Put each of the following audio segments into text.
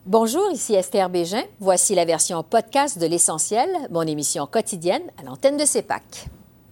Bonjour, ici Esther Bégin. Voici la version podcast de L'Essentiel, mon émission quotidienne à l'antenne de CEPAC.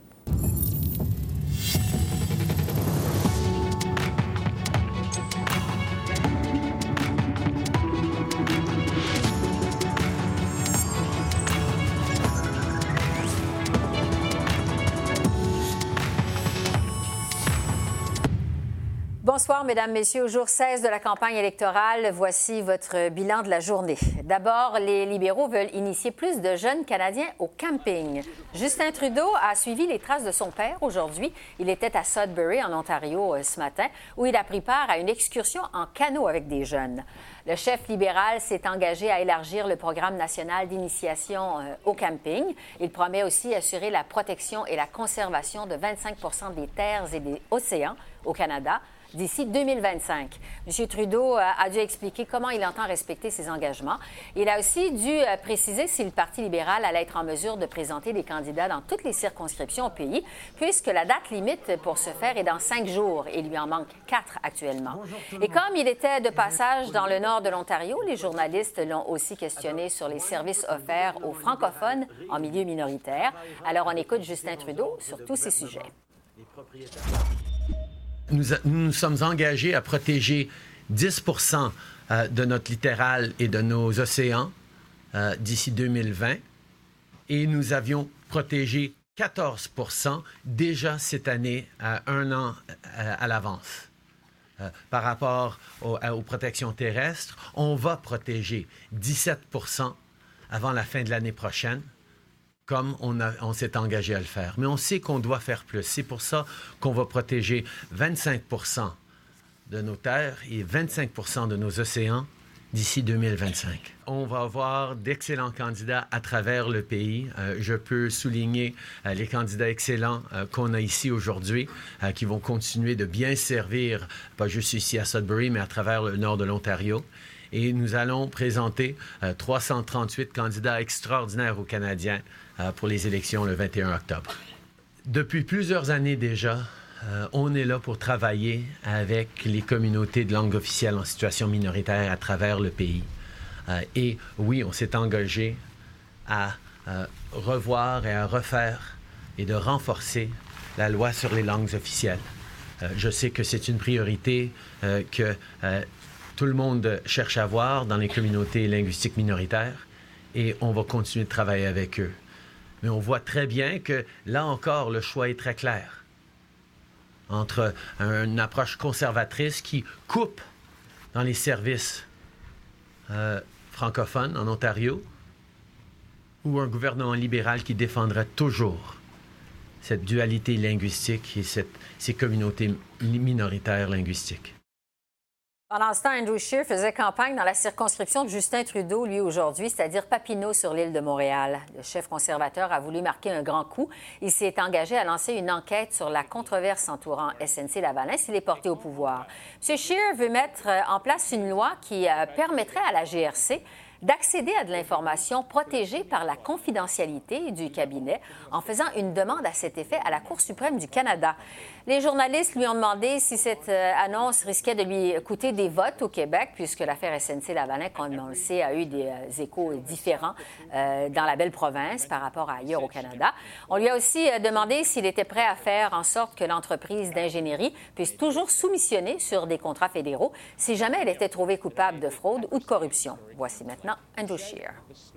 Bonsoir, Mesdames, Messieurs. Au jour 16 de la campagne électorale, voici votre bilan de la journée. D'abord, les libéraux veulent initier plus de jeunes Canadiens au camping. Justin Trudeau a suivi les traces de son père aujourd'hui. Il était à Sudbury, en Ontario, ce matin, où il a pris part à une excursion en canot avec des jeunes. Le chef libéral s'est engagé à élargir le programme national d'initiation au camping. Il promet aussi assurer la protection et la conservation de 25 des terres et des océans au Canada d'ici 2025. M. Trudeau a dû expliquer comment il entend respecter ses engagements. Il a aussi dû préciser si le Parti libéral allait être en mesure de présenter des candidats dans toutes les circonscriptions au pays, puisque la date limite pour ce faire est dans 5 jours. Il lui en manque 4 actuellement. Et comme il était de passage dans le nord de l'Ontario, les journalistes l'ont aussi questionné sur les services offerts aux francophones en milieu minoritaire. Alors, on écoute Justin Trudeau sur tous ces sujets. Nous nous sommes engagés à protéger 10 de notre littoral et de nos océans d'ici 2020 et nous avions protégé 14 déjà cette année, à 1 an à l'avance. Par rapport aux protections terrestres, on va protéger 17 avant la fin de l'année prochaine, comme on s'est engagé à le faire. Mais on sait qu'on doit faire plus. C'est pour ça qu'on va protéger 25 de nos terres et 25 de nos océans d'ici 2025. On va avoir d'excellents candidats à travers le pays. Je peux souligner les candidats excellents qu'on a ici aujourd'hui, qui vont continuer de bien servir, pas juste ici à Sudbury, mais à travers le nord de l'Ontario. Et nous allons présenter 338 candidats extraordinaires aux Canadiens pour les élections le 21 octobre. Depuis plusieurs années déjà, on est là pour travailler avec les communautés de langue officielle en situation minoritaire à travers le pays. Et oui, on s'est engagé à revoir et à refaire et de renforcer la loi sur les langues officielles. Je sais que c'est une priorité que tout le monde cherche à voir dans les communautés linguistiques minoritaires et on va continuer de travailler avec eux. Mais on voit très bien que, là encore, le choix est très clair entre une approche conservatrice qui coupe dans les services francophones en Ontario ou un gouvernement libéral qui défendrait toujours cette dualité linguistique et ces communautés minoritaires linguistiques. Pendant ce temps, Andrew Scheer faisait campagne dans la circonscription de Justin Trudeau, lui, aujourd'hui, c'est-à-dire Papineau, sur l'île de Montréal. Le chef conservateur a voulu marquer un grand coup. Il s'est engagé à lancer une enquête sur la controverse entourant SNC-Lavalin s'il est porté au pouvoir. M. Scheer veut mettre en place une loi qui permettrait à la GRC d'accéder à de l'information protégée par la confidentialité du cabinet en faisant une demande à cet effet à la Cour suprême du Canada. Les journalistes lui ont demandé si cette annonce risquait de lui coûter des votes au Québec, puisque l'affaire SNC-Lavalin, comme on le sait, a eu des échos différents dans la belle province par rapport à ailleurs au Canada. On lui a aussi demandé s'il était prêt à faire en sorte que l'entreprise d'ingénierie puisse toujours soumissionner sur des contrats fédéraux si jamais elle était trouvée coupable de fraude ou de corruption. Voici maintenant Andrew Scheer.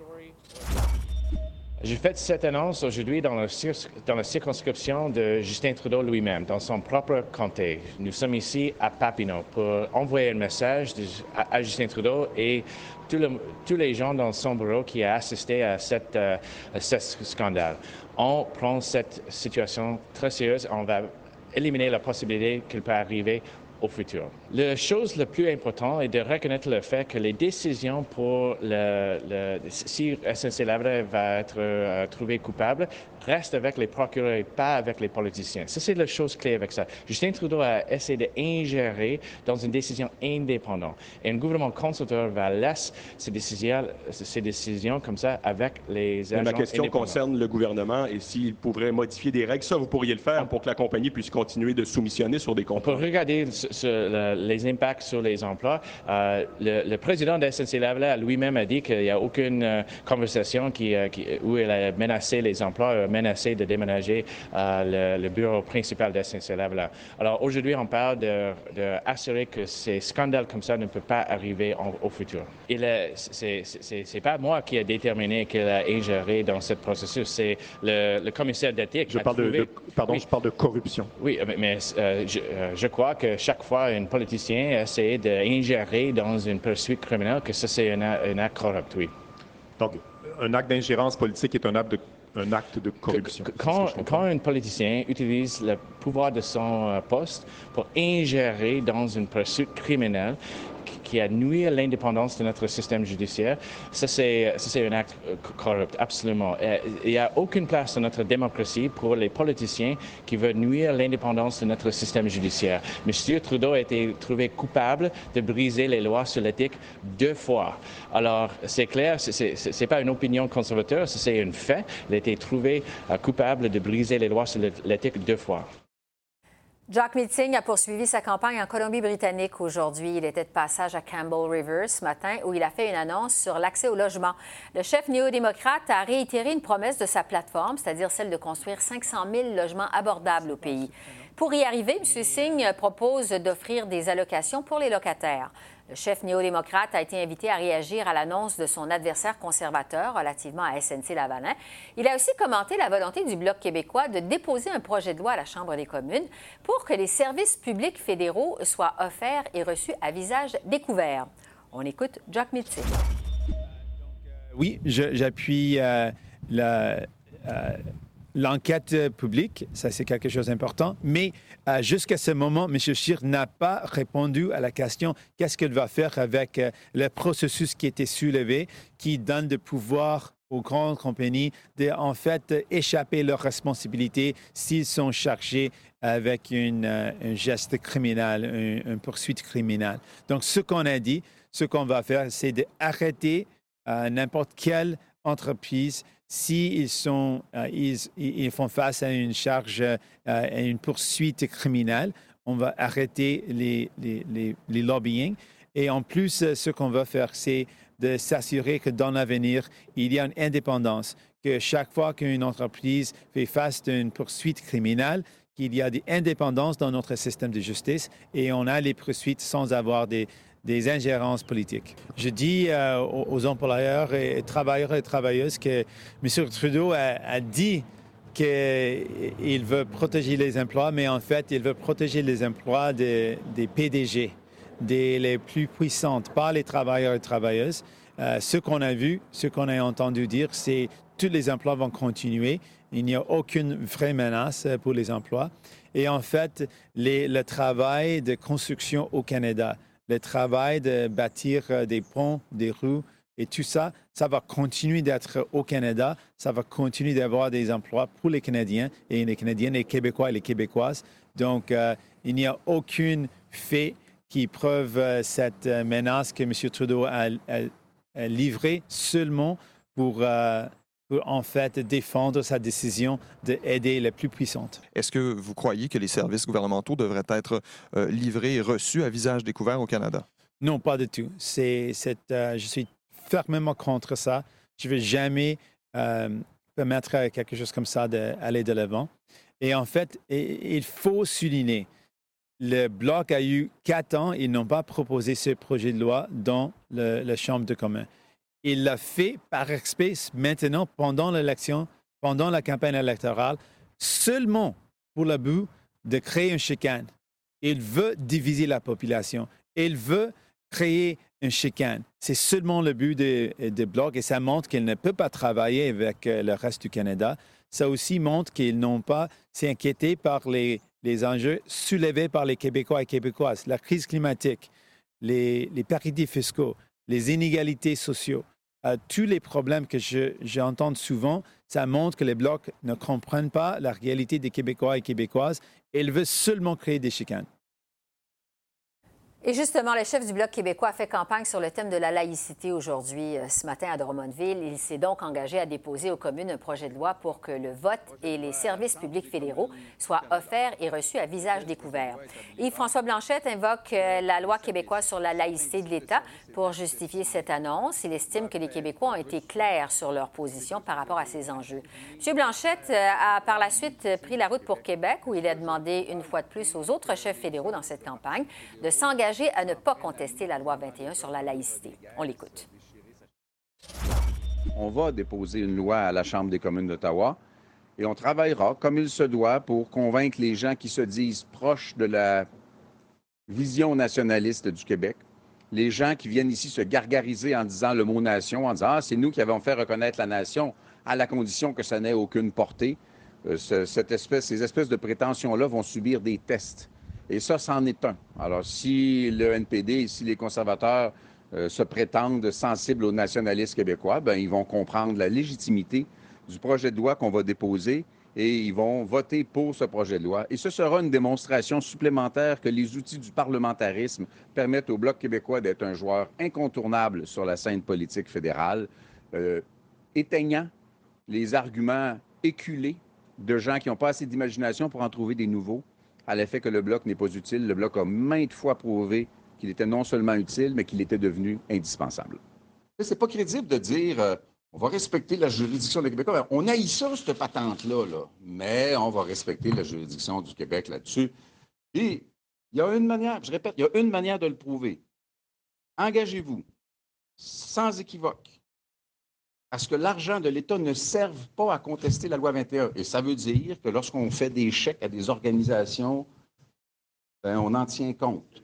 J'ai fait cette annonce aujourd'hui dans la circonscription de Justin Trudeau lui-même, dans son propre comté. Nous sommes ici à Papineau pour envoyer un message à Justin Trudeau et tous les gens dans son bureau qui ont assisté à ce scandale. On prend cette situation très sérieuse. On va éliminer la possibilité qu'il peut arriver au futur. La chose la plus importante est de reconnaître le fait que les décisions pour si SNC-Lavalin va être trouvé coupable restent avec les procureurs et pas avec les politiciens. Ça, c'est la chose clé avec ça. Justin Trudeau a essayé d'ingérer dans une décision indépendante. Et un gouvernement consultateur va laisser ces décisions comme ça avec les agents. Ma question concerne le gouvernement et s'il pourrait modifier des règles. Ça, vous pourriez le faire pour que la compagnie puisse continuer de soumissionner sur des contrats. Pour regarder les impacts sur les emplois, le président de SNC-Lavalin lui-même a dit qu'il n'y a aucune conversation où il a menacé les emplois, menacé de déménager le bureau principal de SNC-Lavalin. Alors aujourd'hui, on parle d'assurer que ces scandales comme ça ne peuvent pas arriver au futur. C'est pas moi qui ai déterminé qu'il a ingéré dans ce processus, c'est le commissaire d'éthique. Je parle de corruption. Oui, mais je crois que chaque fois un politicien essaie d'ingérer dans une poursuite criminelle, que ça c'est un acte corrupt, oui. Donc, un acte d'ingérence politique est un acte de corruption. Quand un politicien utilise le pouvoir de son poste pour ingérer dans une poursuite criminelle qui a nuit à l'indépendance de notre système judiciaire, ça c'est un acte corrupt, absolument. Il n'y a aucune place dans notre démocratie pour les politiciens qui veulent nuire à l'indépendance de notre système judiciaire. M. Trudeau a été trouvé coupable de briser les lois sur l'éthique 2 fois. Alors, c'est clair, c'est pas une opinion conservateur, c'est un fait. Il a été trouvé coupable de briser les lois sur l'éthique 2 fois. Jack Meeting a poursuivi sa campagne en Colombie-Britannique aujourd'hui. Il était de passage à Campbell River ce matin où il a fait une annonce sur l'accès au logement. Le chef néo-démocrate a réitéré une promesse de sa plateforme, c'est-à-dire celle de construire 500 000 logements abordables au pays. Pour y arriver, M. Singh propose d'offrir des allocations pour les locataires. Le chef néo-démocrate a été invité à réagir à l'annonce de son adversaire conservateur relativement à SNC-Lavalin. Il a aussi commenté la volonté du Bloc québécois de déposer un projet de loi à la Chambre des communes pour que les services publics fédéraux soient offerts et reçus à visage découvert. On écoute Jack Meeting. Oui, j'appuie l'enquête publique, ça c'est quelque chose d'important, mais jusqu'à ce moment, M. Scheer n'a pas répondu à la question qu'est-ce qu'il va faire avec le processus qui a été soulevé, qui donne le pouvoir aux grandes compagnies de, en fait, échapper leurs responsabilités s'ils sont chargés avec un geste criminel, une poursuite criminelle. Donc, ce qu'on a dit, ce qu'on va faire, c'est d'arrêter n'importe quelle entreprise s'ils ils font face à une charge, à une poursuite criminelle. On va arrêter les lobbying. Et en plus, ce qu'on va faire, c'est de s'assurer que dans l'avenir, il y a une indépendance, que chaque fois qu'une entreprise fait face à une poursuite criminelle, qu'il y a des indépendances dans notre système de justice et on a les poursuites sans avoir des ingérences politiques. Je dis aux employeurs et travailleuses que M. Trudeau a dit qu'il veut protéger les emplois, mais en fait, il veut protéger les emplois des PDG, les plus puissantes, pas les travailleurs et travailleuses. Ce qu'on a vu, ce qu'on a entendu dire, c'est que tous les emplois vont continuer. Il n'y a aucune vraie menace pour les emplois. Et en fait, le travail de construction au Canada, le travail de bâtir des ponts, des rues et tout ça, ça va continuer d'être au Canada. Ça va continuer d'avoir des emplois pour les Canadiens et les Canadiennes, les Québécois et les Québécoises. Donc, il n'y a aucun fait qui prouve cette menace que M. Trudeau a livrée seulement pour en fait défendre sa décision d'aider les plus puissantes. Est-ce que vous croyez que les services gouvernementaux devraient être livrés et reçus à visage découvert au Canada? Non, pas du tout. Je suis fermement contre ça. Je ne vais jamais permettre à quelque chose comme ça d'aller de l'avant. Et en fait, il faut souligner, le Bloc a eu 4 ans, ils n'ont pas proposé ce projet de loi dans la Chambre des communs. Il l'a fait par espèce maintenant pendant l'élection, pendant la campagne électorale, seulement pour le but de créer une chicane. Il veut diviser la population. Il veut créer une chicane. C'est seulement le but de Bloc et ça montre qu'il ne peut pas travailler avec le reste du Canada. Ça aussi montre qu'ils n'ont pas s'inquiété par les enjeux soulevés par les Québécois et Québécoises, la crise climatique, les paradis fiscaux, les inégalités sociales, tous les problèmes que j'entends souvent, ça montre que les Blocs ne comprennent pas la réalité des Québécois et Québécoises et ils veulent seulement créer des chicanes. Et justement, le chef du Bloc québécois a fait campagne sur le thème de la laïcité aujourd'hui, ce matin à Drummondville. Il s'est donc engagé à déposer aux communes un projet de loi pour que le vote et les services publics fédéraux soient offerts et reçus à visage découvert. Yves-François Blanchette invoque la loi québécoise sur la laïcité de l'État pour justifier cette annonce. Il estime que les Québécois ont été clairs sur leur position par rapport à ces enjeux. M. Blanchette a par la suite pris la route pour Québec, où il a demandé une fois de plus aux autres chefs fédéraux dans cette campagne de s'engager à ne pas contester la loi 21 sur la laïcité. On l'écoute. On va déposer une loi à la Chambre des communes d'Ottawa et on travaillera comme il se doit pour convaincre les gens qui se disent proches de la vision nationaliste du Québec, les gens qui viennent ici se gargariser en disant le mot nation, en disant « Ah, c'est nous qui avons fait reconnaître la nation à la condition que ça n'ait aucune portée ». Ces espèces de prétentions-là vont subir des tests. Et ça, c'en est un. Alors, si le NPD, si les conservateurs se prétendent sensibles aux nationalistes québécois, bien, ils vont comprendre la légitimité du projet de loi qu'on va déposer et ils vont voter pour ce projet de loi. Et ce sera une démonstration supplémentaire que les outils du parlementarisme permettent au Bloc québécois d'être un joueur incontournable sur la scène politique fédérale, éteignant les arguments éculés de gens qui n'ont pas assez d'imagination pour en trouver des nouveaux, à l'effet que le Bloc n'est pas utile. Le Bloc a maintes fois prouvé qu'il était non seulement utile, mais qu'il était devenu indispensable. C'est pas crédible de dire on va respecter la juridiction du Québec. On haït ça, cette patente-là, mais on va respecter la juridiction du Québec là-dessus. Et il y a une manière, je répète, il y a une manière de le prouver. Engagez-vous, sans équivoque, à ce que l'argent de l'État ne serve pas à contester la loi 21. Et ça veut dire que lorsqu'on fait des chèques à des organisations, bien, on en tient compte.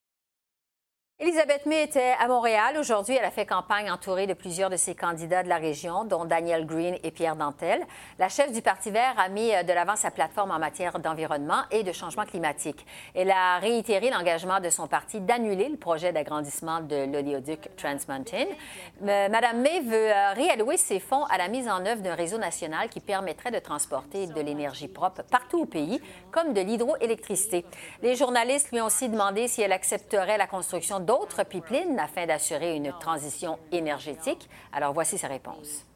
Élisabeth May était à Montréal. Aujourd'hui, elle a fait campagne entourée de plusieurs de ses candidats de la région, dont Daniel Green et Pierre Dantel. La chef du Parti vert a mis de l'avant sa plateforme en matière d'environnement et de changement climatique. Elle a réitéré l'engagement de son parti d'annuler le projet d'agrandissement de l'oléoduc Trans Mountain. Mme May veut réallouer ses fonds à la mise en œuvre d'un réseau national qui permettrait de transporter de l'énergie propre partout au pays, comme de l'hydroélectricité. Les journalistes lui ont aussi demandé si elle accepterait la construction d'autres pipelines afin d'assurer une transition énergétique. Alors, voici sa réponse.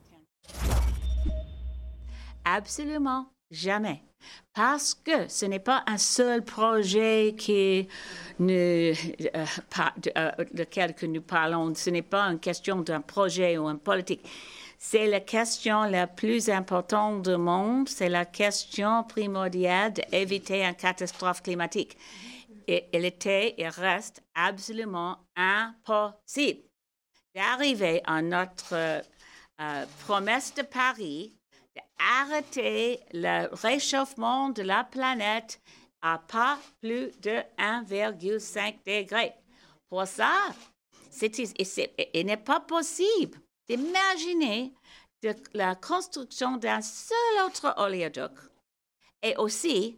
Absolument jamais. Parce que ce n'est pas un seul projet lequel que nous parlons. Ce n'est pas une question d'un projet ou une politique. C'est la question la plus importante du monde. C'est la question primordiale d'éviter une catastrophe climatique. Et il était et reste absolument impossible d'arriver à notre promesse de Paris d'arrêter le réchauffement de la planète à pas plus de 1,5 degré. Pour ça, il n'est pas possible d'imaginer la construction d'un seul autre oléoduc et aussi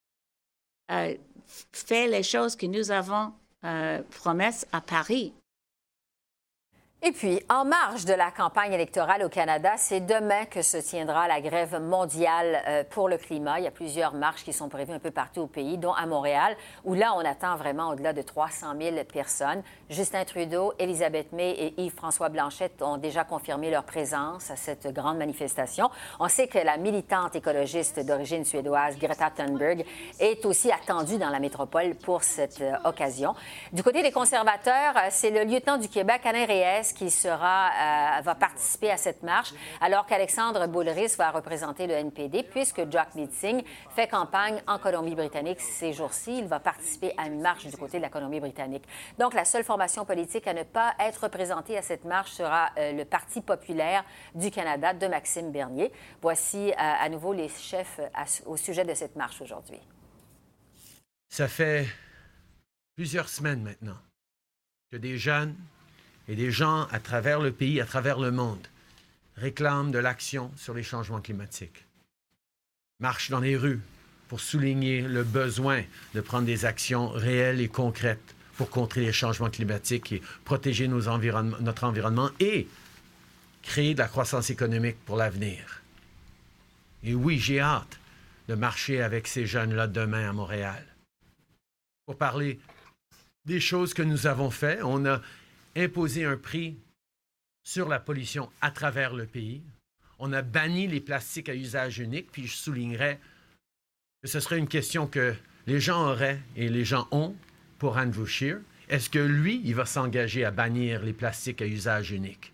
fait les choses que nous avons promises à Paris. Et puis, en marge de la campagne électorale au Canada, c'est demain que se tiendra la grève mondiale pour le climat. Il y a plusieurs marches qui sont prévues un peu partout au pays, dont à Montréal, où là, on attend vraiment au-delà de 300 000 personnes. Justin Trudeau, Élisabeth May et Yves-François Blanchette ont déjà confirmé leur présence à cette grande manifestation. On sait que la militante écologiste d'origine suédoise, Greta Thunberg, est aussi attendue dans la métropole pour cette occasion. Du côté des conservateurs, c'est le lieutenant du Québec, Alain Reyes, qui va participer à cette marche, alors qu'Alexandre Boulris va représenter le NPD, puisque Jagmeet Singh fait campagne en Colombie-Britannique ces jours-ci. Il va participer à une marche du côté de la Colombie-Britannique. Donc, la seule formation politique à ne pas être représentée à cette marche sera le Parti populaire du Canada de Maxime Bernier. Voici à nouveau les chefs au sujet de cette marche aujourd'hui. Ça fait plusieurs semaines maintenant que des jeunes et des gens à travers le pays, à travers le monde, réclament de l'action sur les changements climatiques. Marchent dans les rues pour souligner le besoin de prendre des actions réelles et concrètes pour contrer les changements climatiques et protéger notre environnement et créer de la croissance économique pour l'avenir. Et oui, j'ai hâte de marcher avec ces jeunes-là demain à Montréal pour parler des choses que nous avons faites. On a imposé un prix sur la pollution à travers le pays. On a banni les plastiques à usage unique, puis je soulignerais que ce serait une question que les gens auraient et les gens ont pour Andrew Scheer. Est-ce que lui, il va s'engager à bannir les plastiques à usage unique?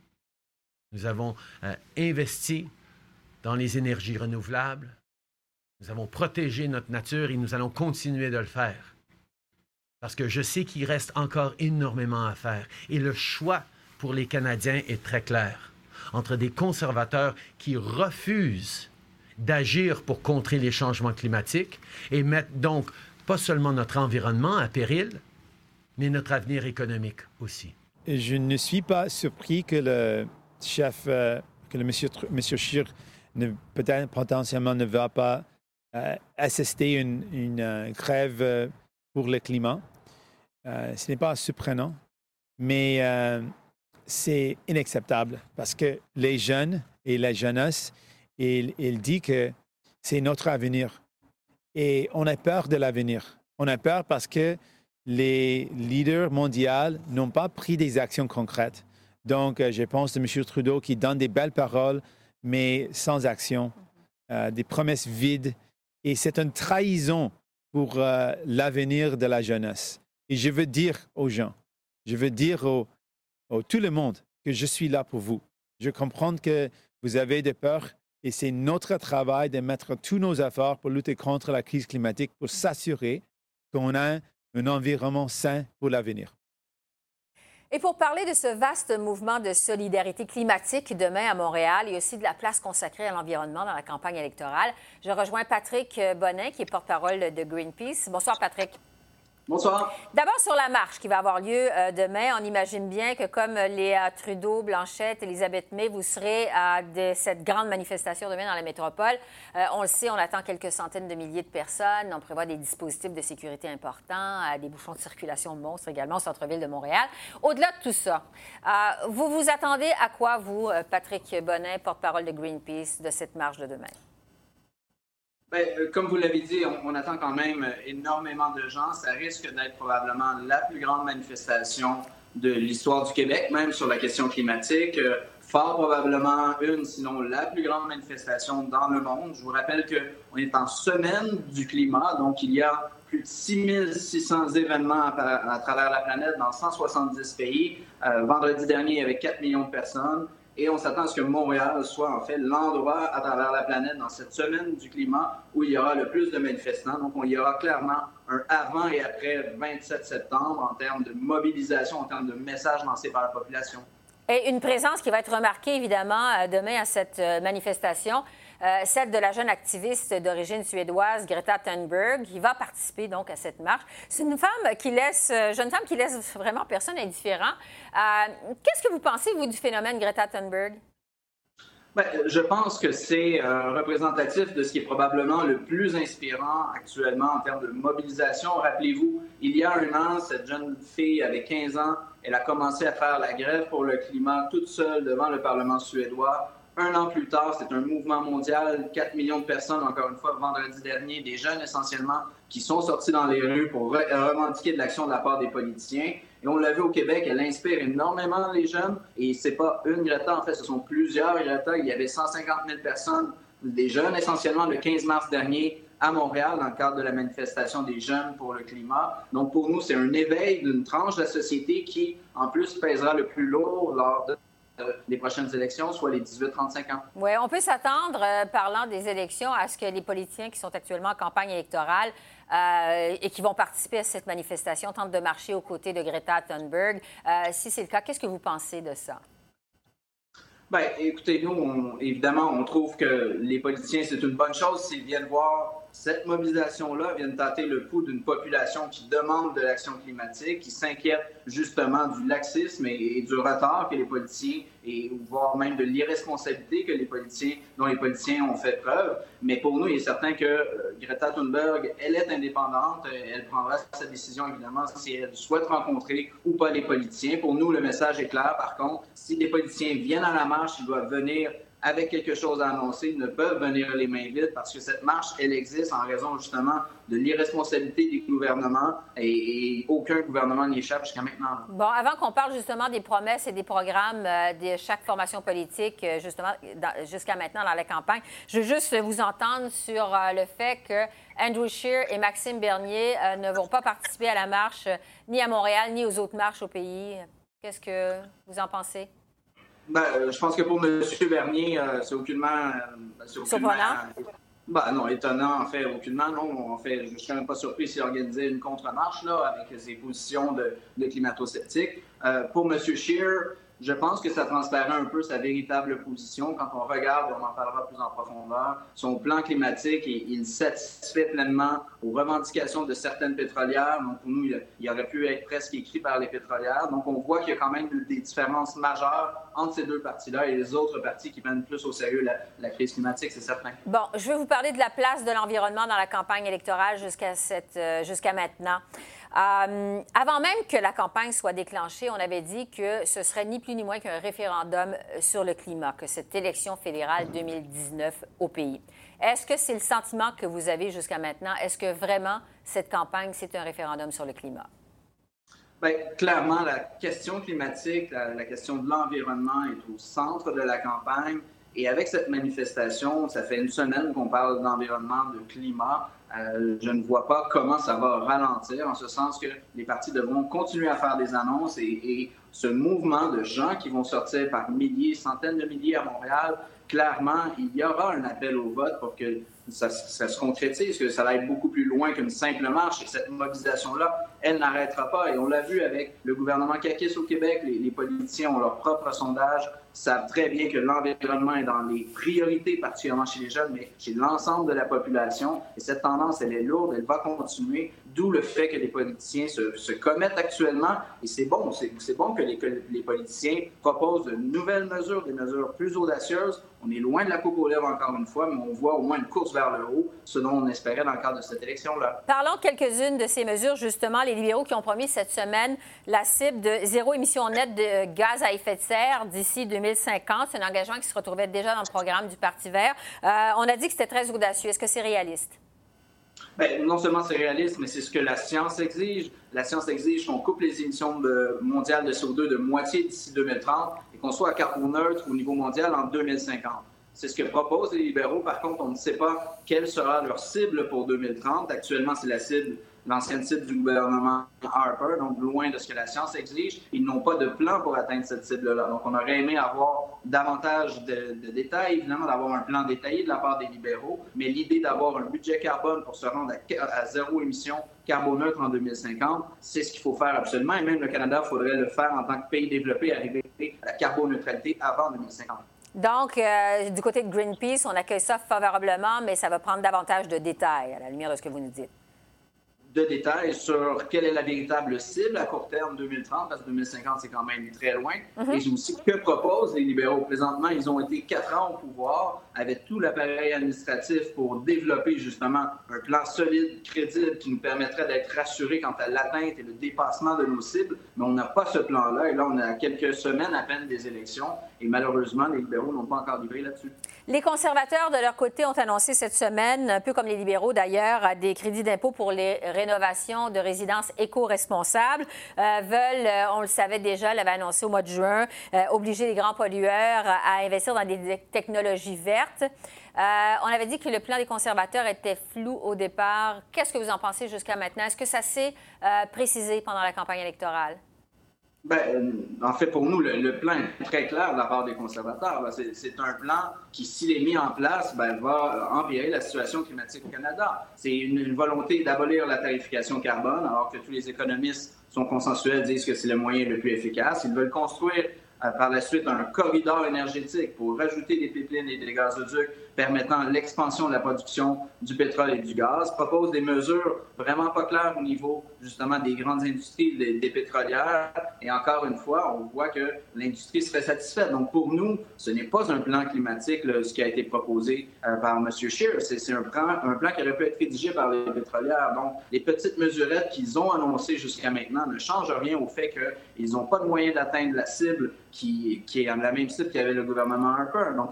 Nous avons investi dans les énergies renouvelables. Nous avons protégé notre nature et nous allons continuer de le faire. Parce que je sais qu'il reste encore énormément à faire. Et le choix pour les Canadiens est très clair. Entre des conservateurs qui refusent d'agir pour contrer les changements climatiques et mettent donc pas seulement notre environnement à péril, mais notre avenir économique aussi. Je ne suis pas surpris que le chef, que le monsieur Scheer peut-être potentiellement ne va pas assister une grève pour le climat. Ce n'est pas surprenant, mais c'est inacceptable parce que les jeunes et la jeunesse, il dit que c'est notre avenir. Et on a peur de l'avenir. On a peur parce que les leaders mondiaux n'ont pas pris des actions concrètes. Donc, je pense de M. Trudeau qui donne des belles paroles, mais sans action, des promesses vides. Et c'est une trahison pour l'avenir de la jeunesse. Et je veux dire aux gens, je veux dire à tout le monde que je suis là pour vous. Je comprends que vous avez des peurs et c'est notre travail de mettre tous nos efforts pour lutter contre la crise climatique, pour s'assurer qu'on a un environnement sain pour l'avenir. Et pour parler de ce vaste mouvement de solidarité climatique demain à Montréal et aussi de la place consacrée à l'environnement dans la campagne électorale, je rejoins Patrick Bonnin, qui est porte-parole de Greenpeace. Bonsoir, Patrick. Bonsoir. D'abord, sur la marche qui va avoir lieu demain, on imagine bien que comme les Trudeau, Blanchette, Elisabeth May, vous serez de cette grande manifestation demain dans la métropole. On le sait, on attend quelques centaines de milliers de personnes. On prévoit des dispositifs de sécurité importants, des bouchons de circulation monstres également au centre-ville de Montréal. Au-delà de tout ça, vous vous attendez à quoi, vous, Patrick Bonnin, porte-parole de Greenpeace, de cette marche de demain? Bien, comme vous l'avez dit, on attend quand même énormément de gens. Ça risque d'être probablement la plus grande manifestation de l'histoire du Québec, même sur la question climatique. Fort probablement une, sinon la plus grande manifestation dans le monde. Je vous rappelle qu'on est en semaine du climat, donc il y a plus de 6600 événements à travers la planète dans 170 pays. Vendredi dernier, il y avait 4 millions de personnes. Et on s'attend à ce que Montréal soit en fait l'endroit à travers la planète dans cette semaine du climat où il y aura le plus de manifestants. Donc, il y aura clairement un avant et après 27 septembre en termes de mobilisation, en termes de messages lancés par la population. Et une présence qui va être remarquée, évidemment, demain à cette manifestation, celle de la jeune activiste d'origine suédoise, Greta Thunberg, qui va participer donc à cette marche. C'est une femme jeune femme qui laisse vraiment personne indifférent. Qu'est-ce que vous pensez, vous, du phénomène Greta Thunberg? Bien, je pense que c'est représentatif de ce qui est probablement le plus inspirant actuellement en termes de mobilisation. Rappelez-vous, il y a un an, cette jeune fille avait 15 ans. Elle a commencé à faire la grève pour le climat toute seule devant le Parlement suédois. Un an plus tard, c'est un mouvement mondial, 4 millions de personnes, encore une fois, vendredi dernier, des jeunes essentiellement, qui sont sortis dans les rues pour revendiquer de l'action de la part des politiciens. Et on l'a vu au Québec, elle inspire énormément les jeunes. Et c'est pas une Greta, en fait, ce sont plusieurs Greta. Il y avait 150 000 personnes, des jeunes essentiellement, le 15 mars dernier à Montréal, dans le cadre de la manifestation des jeunes pour le climat. Donc pour nous, c'est un éveil d'une tranche de la société qui, en plus, pèsera le plus lourd lors des prochaines élections, soit les 18-35 ans. Oui, on peut s'attendre, parlant des élections, à ce que les politiciens qui sont actuellement en campagne électorale et qui vont participer à cette manifestation tentent de marcher aux côtés de Greta Thunberg. Si c'est le cas, qu'est-ce que vous pensez de ça? Bien, écoutez, nous, évidemment, on trouve que les politiciens, c'est une bonne chose s'ils viennent voir cette mobilisation-là, viennent tâter le pouls d'une population qui demande de l'action climatique, qui s'inquiète justement du laxisme et du retard que les politiciens, et voire même de l'irresponsabilité dont les politiciens ont fait preuve. Mais pour nous, il est certain que Greta Thunberg, elle est indépendante. Elle prendra sa décision, évidemment, si elle souhaite rencontrer ou pas les politiciens. Pour nous, le message est clair. Par contre, si les politiciens viennent à la marche, ils doivent venir avec quelque chose à annoncer, ne peuvent venir les mains vides parce que cette marche, elle existe en raison justement de l'irresponsabilité des gouvernements et aucun gouvernement n'y échappe jusqu'à maintenant. Bon, avant qu'on parle justement des promesses et des programmes de chaque formation politique, justement, jusqu'à maintenant dans la campagne, je veux juste vous entendre sur le fait que Andrew Scheer et Maxime Bernier ne vont pas participer à la marche ni à Montréal, ni aux autres marches au pays. Qu'est-ce que vous en pensez? Je pense que pour M. Bernier, c'est aucunement... Surprenant? Non, étonnant, en fait, aucunement, non. En fait, je ne suis même pas surpris s'il organisait une contre-marche, là, avec ses positions de climato-sceptique. Pour M. Scheer, je pense que ça transparaît un peu sa véritable position. Quand on regarde, on en parlera plus en profondeur, son plan climatique, il satisfait pleinement aux revendications de certaines pétrolières. Donc, pour nous, il aurait pu être presque écrit par les pétrolières. Donc, on voit qu'il y a quand même des différences majeures entre ces deux partis-là et les autres partis qui prennent plus au sérieux la crise climatique, c'est certain. Bon, je vais vous parler de la place de l'environnement dans la campagne électorale jusqu'à maintenant. Avant même que la campagne soit déclenchée, on avait dit que ce serait ni plus ni moins qu'un référendum sur le climat, que cette élection fédérale 2019 au pays. Est-ce que c'est le sentiment que vous avez jusqu'à maintenant? Est-ce que vraiment cette campagne, c'est un référendum sur le climat? Bien, clairement, la question climatique, la question de l'environnement est au centre de la campagne. Et avec cette manifestation, ça fait une semaine qu'on parle d'environnement, de climat. Je ne vois pas comment ça va ralentir, en ce sens que les partis devront continuer à faire des annonces et ce mouvement de gens qui vont sortir par milliers, centaines de milliers à Montréal, clairement, il y aura un appel au vote pour que ça se concrétise, que ça va être beaucoup plus loin qu'une simple marche et cette mobilisation-là, elle n'arrêtera pas. Et on l'a vu avec le gouvernement caquiste au Québec, les politiciens ont leur propre sondage, savent très bien que l'environnement est dans les priorités, particulièrement chez les jeunes, mais chez l'ensemble de la population. Et cette tendance, elle est lourde, elle va continuer, d'où le fait que les politiciens se commettent actuellement. Et c'est bon que les politiciens proposent de nouvelles mesures, des mesures plus audacieuses. On est loin de la coupe aux lèvres encore une fois, mais on voit au moins une course vers le haut, ce dont on espérait dans le cadre de cette élection-là. Parlons de quelques-unes de ces mesures, justement, les libéraux qui ont promis cette semaine la cible de zéro émission nette de gaz à effet de serre d'ici 2050. C'est un engagement qui se retrouvait déjà dans le programme du Parti vert. On a dit que c'était très audacieux. Est-ce que c'est réaliste? Bien, non seulement c'est réaliste, mais c'est ce que la science exige. La science exige qu'on coupe les émissions mondiales de CO2 de moitié d'ici 2030 et qu'on soit à carboneutre au niveau mondial en 2050. C'est ce que proposent les libéraux. Par contre, on ne sait pas quelle sera leur cible pour 2030. Actuellement, c'est l'ancienne cible du gouvernement Harper, donc loin de ce que la science exige. Ils n'ont pas de plan pour atteindre cette cible-là. Donc, on aurait aimé avoir davantage de détails, évidemment, d'avoir un plan détaillé de la part des libéraux, mais l'idée d'avoir un budget carbone pour se rendre à zéro émission carboneutre en 2050, c'est ce qu'il faut faire absolument. Et même le Canada, il faudrait le faire en tant que pays développé, arriver à la carboneutralité avant 2050. Donc, du côté de Greenpeace, on accueille ça favorablement, mais ça va prendre davantage de détails, à la lumière de ce que vous nous dites. De détails sur quelle est la véritable cible à court terme 2030, parce que 2050, c'est quand même très loin. Et aussi, que proposent les libéraux? Présentement, ils ont été 4 ans au pouvoir avec tout l'appareil administratif pour développer justement un plan solide, crédible, qui nous permettrait d'être rassurés quant à l'atteinte et le dépassement de nos cibles. Mais on n'a pas ce plan-là. Et là, on est à quelques semaines à peine des élections. Et malheureusement, les libéraux n'ont pas encore livré là-dessus. Les conservateurs, de leur côté, ont annoncé cette semaine, un peu comme les libéraux d'ailleurs, des crédits d'impôt pour les rénovations de résidences éco-responsables. On le savait déjà, l'avait annoncé au mois de juin, obliger les grands pollueurs à investir dans des technologies vertes. On avait dit que le plan des conservateurs était flou au départ. Qu'est-ce que vous en pensez jusqu'à maintenant? Est-ce que ça s'est précisé pendant la campagne électorale? Bien, en fait, pour nous, le plan est très clair de la part des conservateurs. C'est un plan qui, s'il est mis en place, va empirer la situation climatique au Canada. C'est une volonté d'abolir la tarification carbone, alors que tous les économistes sont consensuels, disent que c'est le moyen le plus efficace. Ils veulent construire par la suite un corridor énergétique pour rajouter des pipelines et des gazoducs permettant l'expansion de la production du pétrole et du gaz, propose des mesures vraiment pas claires au niveau justement des grandes industries, des pétrolières. Et encore une fois, on voit que l'industrie serait satisfaite. Donc pour nous, ce n'est pas un plan climatique, ce qui a été proposé par M. Scheer. C'est un plan qui aurait pu être rédigé par les pétrolières. Donc les petites mesurettes qu'ils ont annoncées jusqu'à maintenant ne changent rien au fait qu'ils n'ont pas de moyen d'atteindre la cible qui est la même cible qu'avait le gouvernement Harper. Donc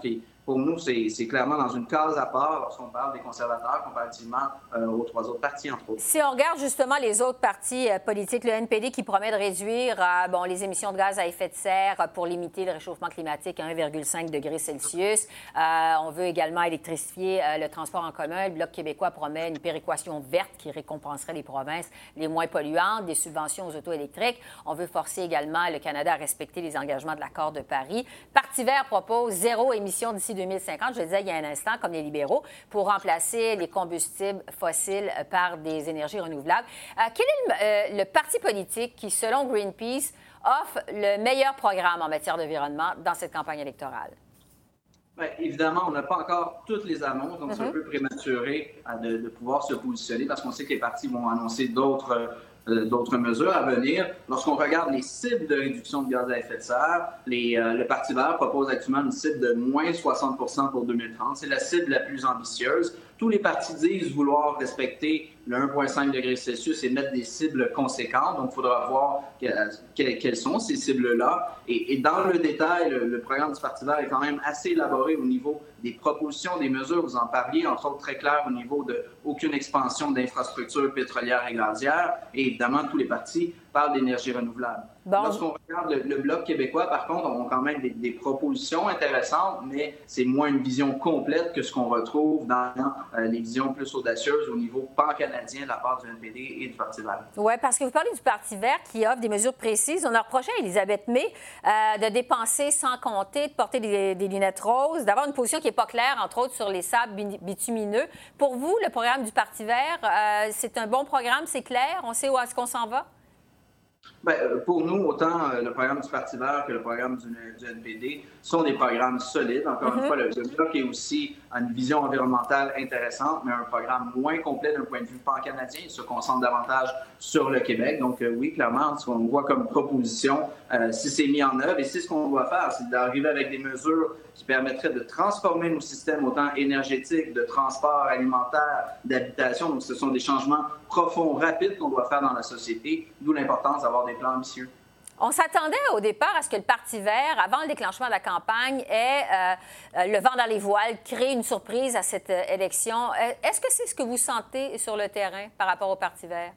pour nous, c'est clairement dans une case à part lorsqu'on parle des conservateurs comparativement aux 3 autres partis, entre autres. Si on regarde justement les autres partis politiques, le NPD qui promet de réduire les émissions de gaz à effet de serre pour limiter le réchauffement climatique à 1,5 degré Celsius. On veut également électrifier le transport en commun. Le Bloc québécois promet une péréquation verte qui récompenserait les provinces les moins polluantes, des subventions aux autos électriques. On veut forcer également le Canada à respecter les engagements de l'accord de Paris. Parti vert propose 0 émission d'ici 2050, je le disais il y a un instant, comme les libéraux, pour remplacer les combustibles fossiles par des énergies renouvelables. Quel est le parti politique qui, selon Greenpeace, offre le meilleur programme en matière d'environnement dans cette campagne électorale? Bien, évidemment, on n'a pas encore toutes les annonces, donc c'est un peu prématuré de pouvoir se positionner parce qu'on sait que les partis vont annoncer d'autres mesures à venir. Lorsqu'on regarde les cibles de réduction de gaz à effet de serre, le Parti vert propose actuellement une cible de moins 60 % pour 2030. C'est la cible la plus ambitieuse. Tous les partis disent vouloir respecter le 1,5 degré Celsius et mettre des cibles conséquentes. Donc, il faudra voir quelles sont ces cibles-là. Et dans le détail, le programme du Parti vert est quand même assez élaboré au niveau des propositions, des mesures. Vous en parliez, entre autres, très clair au niveau de aucune expansion d'infrastructures pétrolières et gazières. Et évidemment, tous les partis parlent d'énergie renouvelable. Bon. Lorsqu'on regarde le Bloc québécois, par contre, on a quand même des propositions intéressantes, mais c'est moins une vision complète que ce qu'on retrouve dans les visions plus audacieuses au niveau pan-canadien de la part du NPD et du Parti vert. Oui, parce que vous parlez du Parti vert qui offre des mesures précises. On a reproché à Elisabeth May de dépenser sans compter, de porter des lunettes roses, d'avoir une position qui n'est pas claire, entre autres, sur les sables bitumineux. Pour vous, le programme du Parti vert, c'est un bon programme, c'est clair? On sait où est-ce qu'on s'en va? Bien, pour nous, autant le programme du Parti vert que le programme du NPD sont des programmes solides. Encore une fois, le Bloc est aussi à une vision environnementale intéressante, mais un programme moins complet d'un point de vue pan-canadien. Il se concentre davantage sur le Québec. Donc oui, clairement, ce qu'on voit comme proposition, si c'est mis en œuvre, et c'est ce qu'on doit faire, c'est d'arriver avec des mesures qui permettraient de transformer nos systèmes autant énergétiques, de transport, alimentaire, d'habitation. Donc ce sont des changements profonds, rapides qu'on doit faire dans la société, d'où l'importance d'avoir des plans ambitieux. On s'attendait au départ à ce que le Parti vert, avant le déclenchement de la campagne, ait le vent dans les voiles, créer une surprise à cette élection. Est-ce que c'est ce que vous sentez sur le terrain par rapport au Parti vert?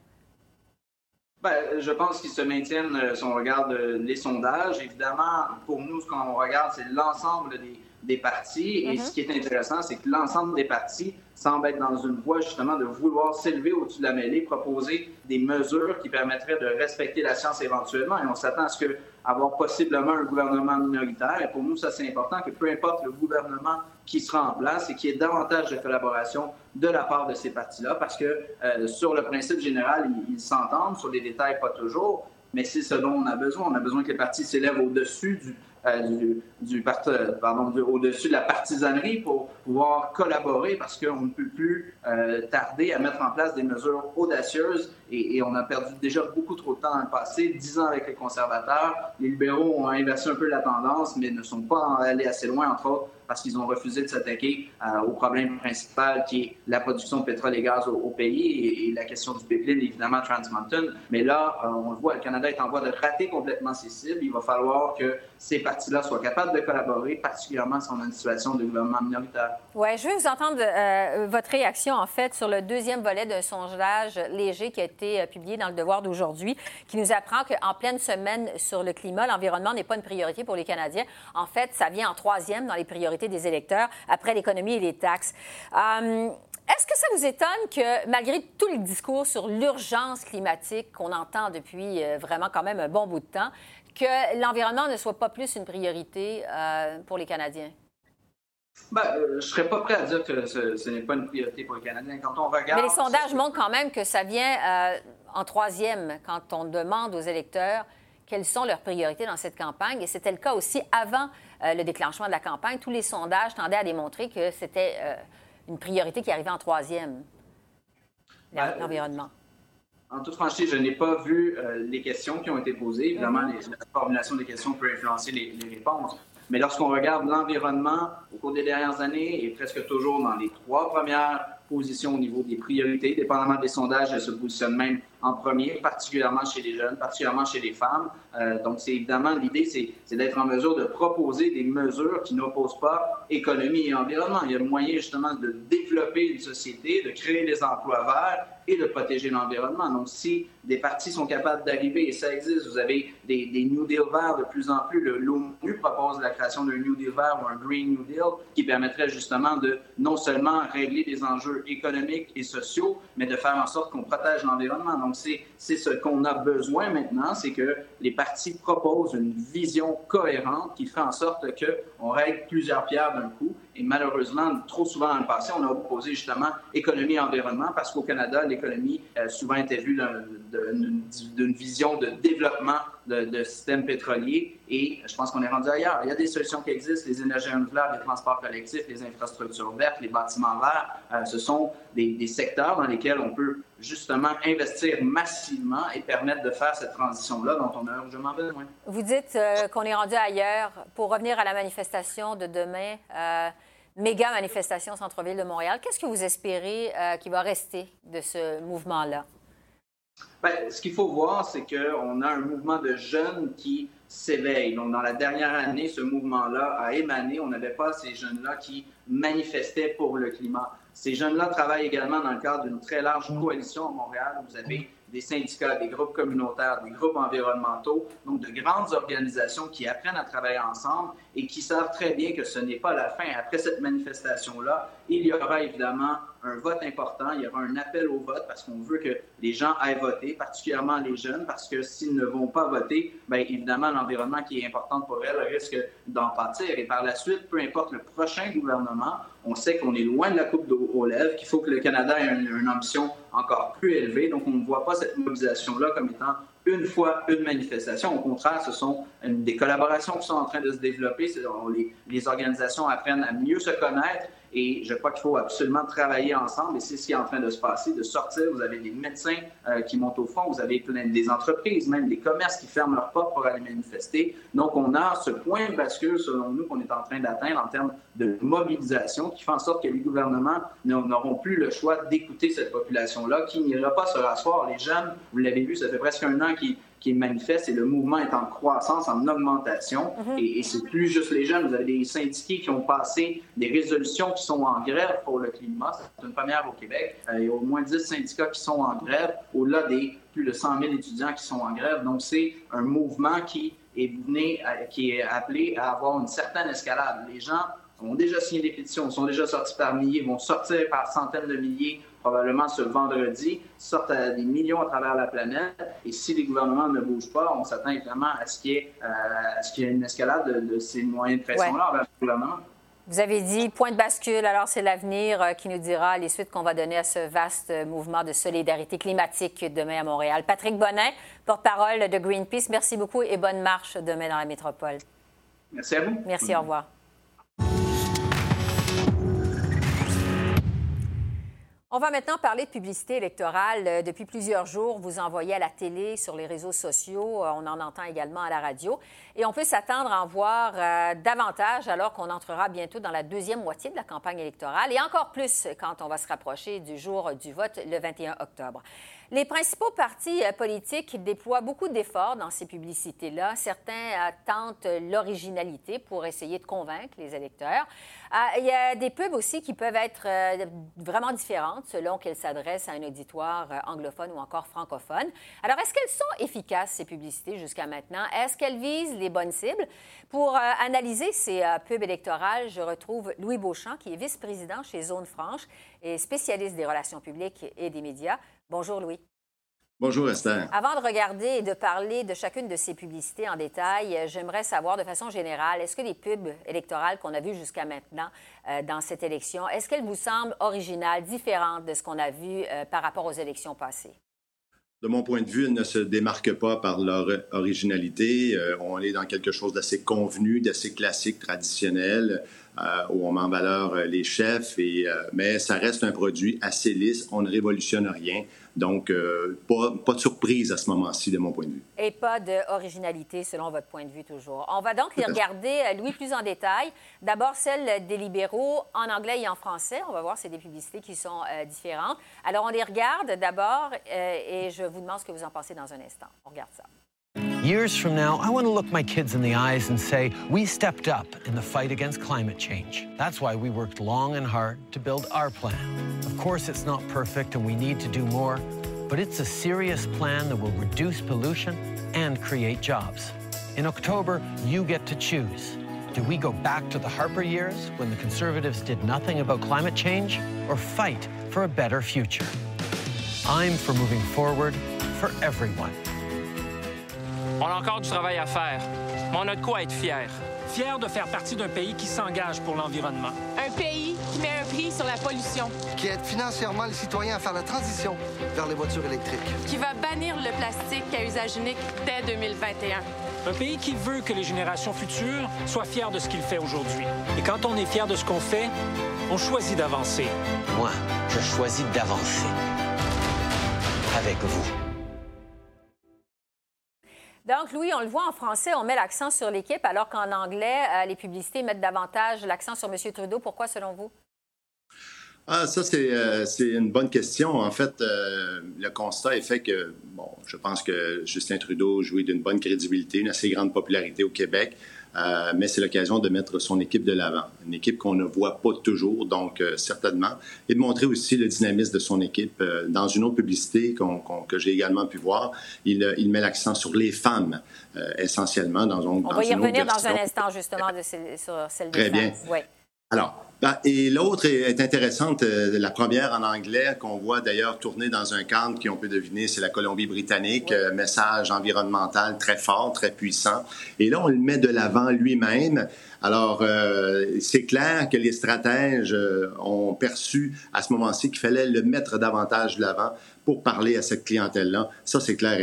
Bien, je pense qu'ils se maintiennent, si on regarde les sondages. Évidemment, pour nous, ce qu'on regarde, c'est l'ensemble des partis. Et ce qui est intéressant, c'est que l'ensemble des partis semble être dans une voie justement de vouloir s'élever au-dessus de la mêlée, proposer des mesures qui permettraient de respecter la science éventuellement. Et on s'attend à ce avoir possiblement un gouvernement minoritaire. Et pour nous, ça, c'est important que peu importe le gouvernement qui sera en place et qu'il y ait davantage de collaboration de la part de ces partis-là, parce que sur le principe général, ils s'entendent, sur les détails, pas toujours, mais c'est ce dont on a besoin. On a besoin que les partis s'élèvent au-dessus au-dessus de la partisanerie pour pouvoir collaborer parce qu'on ne peut plus tarder à mettre en place des mesures audacieuses et on a perdu déjà beaucoup trop de temps dans le passé, 10 ans avec les conservateurs. Les libéraux ont inversé un peu la tendance, mais ne sont pas allés assez loin, entre autres, parce qu'ils ont refusé de s'attaquer au problème principal qui est la production de pétrole et gaz au pays et la question du pipeline, évidemment, Trans Mountain. Mais là, on le voit, le Canada est en voie de rater complètement ses cibles. Il va falloir que ces partis-là soient capables de collaborer, particulièrement si on a une situation de gouvernement minoritaire. Oui, je veux vous entendre votre réaction, en fait, sur le deuxième volet d'un sondage léger qui a été publié dans Le Devoir d'aujourd'hui, qui nous apprend qu'en pleine semaine sur le climat, l'environnement n'est pas une priorité pour les Canadiens. En fait, ça vient en troisième dans les priorités des électeurs, après l'économie et les taxes. Est-ce que ça vous étonne que, malgré tout le discours sur l'urgence climatique qu'on entend depuis vraiment quand même un bon bout de temps, que l'environnement ne soit pas plus une priorité pour les Canadiens? Bien, je ne serais pas prêt à dire que ce n'est pas une priorité pour les Canadiens. Quand on regarde... Mais les sondages montrent quand même que ça vient en troisième quand on demande aux électeurs quelles sont leurs priorités dans cette campagne. Et c'était le cas aussi avant le déclenchement de la campagne. Tous les sondages tendaient à démontrer que c'était une priorité qui arrivait en troisième, l'environnement. En toute franchise, je n'ai pas vu les questions qui ont été posées. Évidemment, la formulation des questions peut influencer les réponses. Mais lorsqu'on regarde l'environnement au cours des dernières années, et presque toujours dans les 3 premières positions au niveau des priorités, dépendamment des sondages, elles se positionnent même en premier, particulièrement chez les jeunes, particulièrement chez les femmes. Donc, c'est évidemment, l'idée, c'est d'être en mesure de proposer des mesures qui n'opposent pas économie et environnement. Il y a le moyen, justement, de développer une société, de créer des emplois verts et de protéger l'environnement. Donc, si des partis sont capables d'arriver, et ça existe, vous avez des New Deal verts de plus en plus. L'ONU propose la création d'un New Deal vert ou un Green New Deal qui permettrait justement de non seulement régler des enjeux économiques et sociaux, mais de faire en sorte qu'on protège l'environnement. Donc, c'est ce qu'on a besoin maintenant, c'est que les partis proposent une vision cohérente qui fait en sorte qu'on règle plusieurs pierres d'un coup. Et malheureusement, trop souvent dans le passé, on a opposé justement économie et environnement parce qu'au Canada, l'économie souvent était vue d'une vision de développement de systèmes pétroliers et je pense qu'on est rendu ailleurs. Il y a des solutions qui existent, les énergies renouvelables, les transports collectifs, les infrastructures vertes, les bâtiments verts. Ce sont des secteurs dans lesquels on peut justement investir massivement et permettre de faire cette transition-là dont on a urgemment besoin. Vous dites qu'on est rendu ailleurs. Pour revenir à la manifestation de demain, méga manifestation au centre-ville de Montréal, qu'est-ce que vous espérez qui va rester de ce mouvement-là? Bien, ce qu'il faut voir, c'est qu'on a un mouvement de jeunes qui s'éveillent. Donc, dans la dernière année, ce mouvement-là a émané. On n'avait pas ces jeunes-là qui manifestaient pour le climat. Ces jeunes-là travaillent également dans le cadre d'une très large coalition à Montréal. Vous avez des syndicats, des groupes communautaires, des groupes environnementaux, donc de grandes organisations qui apprennent à travailler ensemble et qui savent très bien que ce n'est pas la fin. Après cette manifestation-là, il y aura évidemment un vote important, il y aura un appel au vote parce qu'on veut que les gens aillent voter, particulièrement les jeunes, parce que s'ils ne vont pas voter, bien évidemment, l'environnement qui est important pour elles risque d'en pâtir. Et par la suite, peu importe le prochain gouvernement, on sait qu'on est loin de la coupe d'eau aux lèvres, qu'il faut que le Canada ait une ambition encore plus élevée. Donc, on ne voit pas cette mobilisation-là comme étant une fois une manifestation. Au contraire, ce sont des collaborations qui sont en train de se développer. Les organisations apprennent à mieux se connaître et je crois qu'il faut absolument travailler ensemble et c'est ce qui est en train de se passer, de sortir. Vous avez des médecins qui montent au front, vous avez des entreprises, même des commerces qui ferment leurs portes pour aller manifester. Donc, on a ce point de bascule, selon nous, qu'on est en train d'atteindre en termes de mobilisation qui fait en sorte que les gouvernements n'auront plus le choix d'écouter cette population-là qui n'ira pas se rasseoir. Les jeunes, vous l'avez vu, ça fait presque un an qui manifeste et le mouvement est en croissance, en augmentation. Et c'est plus juste les jeunes. Vous avez des syndiqués qui ont passé des résolutions qui sont en grève pour le climat. C'est une première au Québec. Il y a au moins 10 syndicats qui sont en grève, au-delà des plus de 100 000 étudiants qui sont en grève. Donc, c'est un mouvement qui est appelé à avoir une certaine escalade. Les gens ont déjà signé des pétitions, sont déjà sortis par milliers, vont sortir par centaines de milliers probablement ce vendredi, sortent à des millions à travers la planète. Et si les gouvernements ne bougent pas, on s'attend évidemment à ce qu'il y ait une escalade de ces moyens de pression-là envers le gouvernement. Vous avez dit point de bascule, alors c'est l'avenir qui nous dira les suites qu'on va donner à ce vaste mouvement de solidarité climatique demain à Montréal. Patrick Bonnin, porte-parole de Greenpeace, merci beaucoup et bonne marche demain dans la métropole. Merci à vous. Merci, au revoir. On va maintenant parler de publicité électorale. Depuis plusieurs jours, vous en voyez à la télé, sur les réseaux sociaux. On en entend également à la radio. Et on peut s'attendre à en voir davantage alors qu'on entrera bientôt dans la deuxième moitié de la campagne électorale et encore plus quand on va se rapprocher du jour du vote le 21 octobre. Les principaux partis politiques déploient beaucoup d'efforts dans ces publicités-là. Certains tentent l'originalité pour essayer de convaincre les électeurs. Il y a des pubs aussi qui peuvent être vraiment différentes selon qu'elles s'adressent à un auditoire anglophone ou encore francophone. Alors, est-ce qu'elles sont efficaces, ces publicités, jusqu'à maintenant? Est-ce qu'elles visent les bonnes cibles? Pour analyser ces pubs électorales, je retrouve Louis Beauchamp, qui est vice-président chez Zone Franche et spécialiste des relations publiques et des médias. Bonjour, Louis. Bonjour, Esther. Avant de regarder et de parler de chacune de ces publicités en détail, j'aimerais savoir de façon générale, est-ce que les pubs électorales qu'on a vues jusqu'à maintenant dans cette élection, est-ce qu'elles vous semblent originales, différentes de ce qu'on a vu par rapport aux élections passées? De mon point de vue, elles ne se démarquent pas par leur originalité. On est dans quelque chose d'assez convenu, d'assez classique, traditionnel. où on met en valeur les chefs, mais ça reste un produit assez lisse, on ne révolutionne rien. Donc, pas de surprise à ce moment-ci, de mon point de vue. Et pas d'originalité, selon votre point de vue, toujours. On va donc les regarder, Louis, plus en détail. D'abord, celle des libéraux en anglais et en français. On va voir, c'est des publicités qui sont différentes. Alors, on les regarde d'abord et je vous demande ce que vous en pensez dans un instant. On regarde ça. Years from now, I want to look my kids in the eyes and say, we stepped up in the fight against climate change. That's why we worked long and hard to build our plan. Of course, it's not perfect and we need to do more, but it's a serious plan that will reduce pollution and create jobs. In October, you get to choose. Do we go back to the Harper years when the Conservatives did nothing about climate change, or fight for a better future? I'm for moving forward for everyone. On a encore du travail à faire, mais on a de quoi être fiers. Fiers de faire partie d'un pays qui s'engage pour l'environnement. Un pays qui met un prix sur la pollution. Qui aide financièrement les citoyens à faire la transition vers les voitures électriques. Qui va bannir le plastique à usage unique dès 2021. Un pays qui veut que les générations futures soient fiers de ce qu'il fait aujourd'hui. Et quand on est fier de ce qu'on fait, on choisit d'avancer. Moi, je choisis d'avancer. Avec vous. Donc, Louis, on le voit en français, on met l'accent sur l'équipe, alors qu'en anglais, les publicités mettent davantage l'accent sur M. Trudeau. Pourquoi, selon vous? Ça, c'est une bonne question. En fait, le constat est fait que, je pense que Justin Trudeau jouit d'une bonne crédibilité, une assez grande popularité au Québec, mais c'est l'occasion de mettre son équipe de l'avant. Une équipe qu'on ne voit pas toujours, donc certainement, et de montrer aussi le dynamisme de son équipe. Dans une autre publicité que j'ai également pu voir, il met l'accent sur les femmes, essentiellement. On va y revenir dans un instant, justement, sur celle des femmes. Très bien. Oui. Alors, et l'autre est intéressante, la première en anglais, qu'on voit d'ailleurs tourner dans un cadre qui, on peut deviner, c'est la Colombie-Britannique, oui. Message environnemental très fort, très puissant. Et là, on le met de l'avant lui-même. Alors, c'est clair que les stratèges ont perçu à ce moment-ci qu'il fallait le mettre davantage de l'avant pour parler à cette clientèle-là. Ça, c'est clair,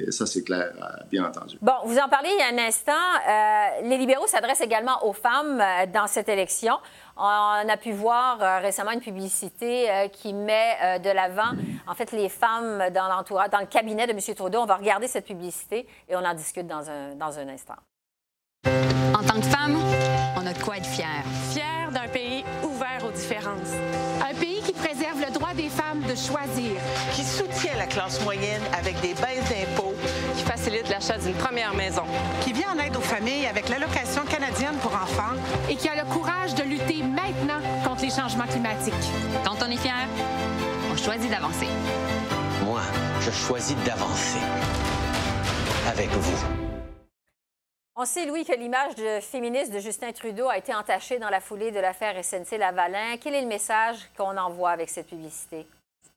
bien entendu. Bon, vous en parlez il y a un instant. Les libéraux s'adressent également aux femmes dans cette élection. On a pu voir récemment une publicité qui met de l'avant, en fait, les femmes dans l'entourage, dans le cabinet de M. Trudeau. On va regarder cette publicité et on en discute dans un instant. En tant que femme, on a de quoi être fière. Fière d'un pays ouvert aux différences. Un pays qui préserve le droit des femmes de choisir. Qui soutient la classe moyenne avec des baisses d'impôts. Qui facilite l'achat d'une première maison. Qui vient en aide aux familles avec l'allocation canadienne pour enfants. Et qui a le courage de lutter maintenant contre les changements climatiques. Quand on est fier, on choisit d'avancer. Moi, je choisis d'avancer. Avec vous. On sait, Louis, que l'image féministe de Justin Trudeau a été entachée dans la foulée de l'affaire SNC-Lavalin. Quel est le message qu'on envoie avec cette publicité?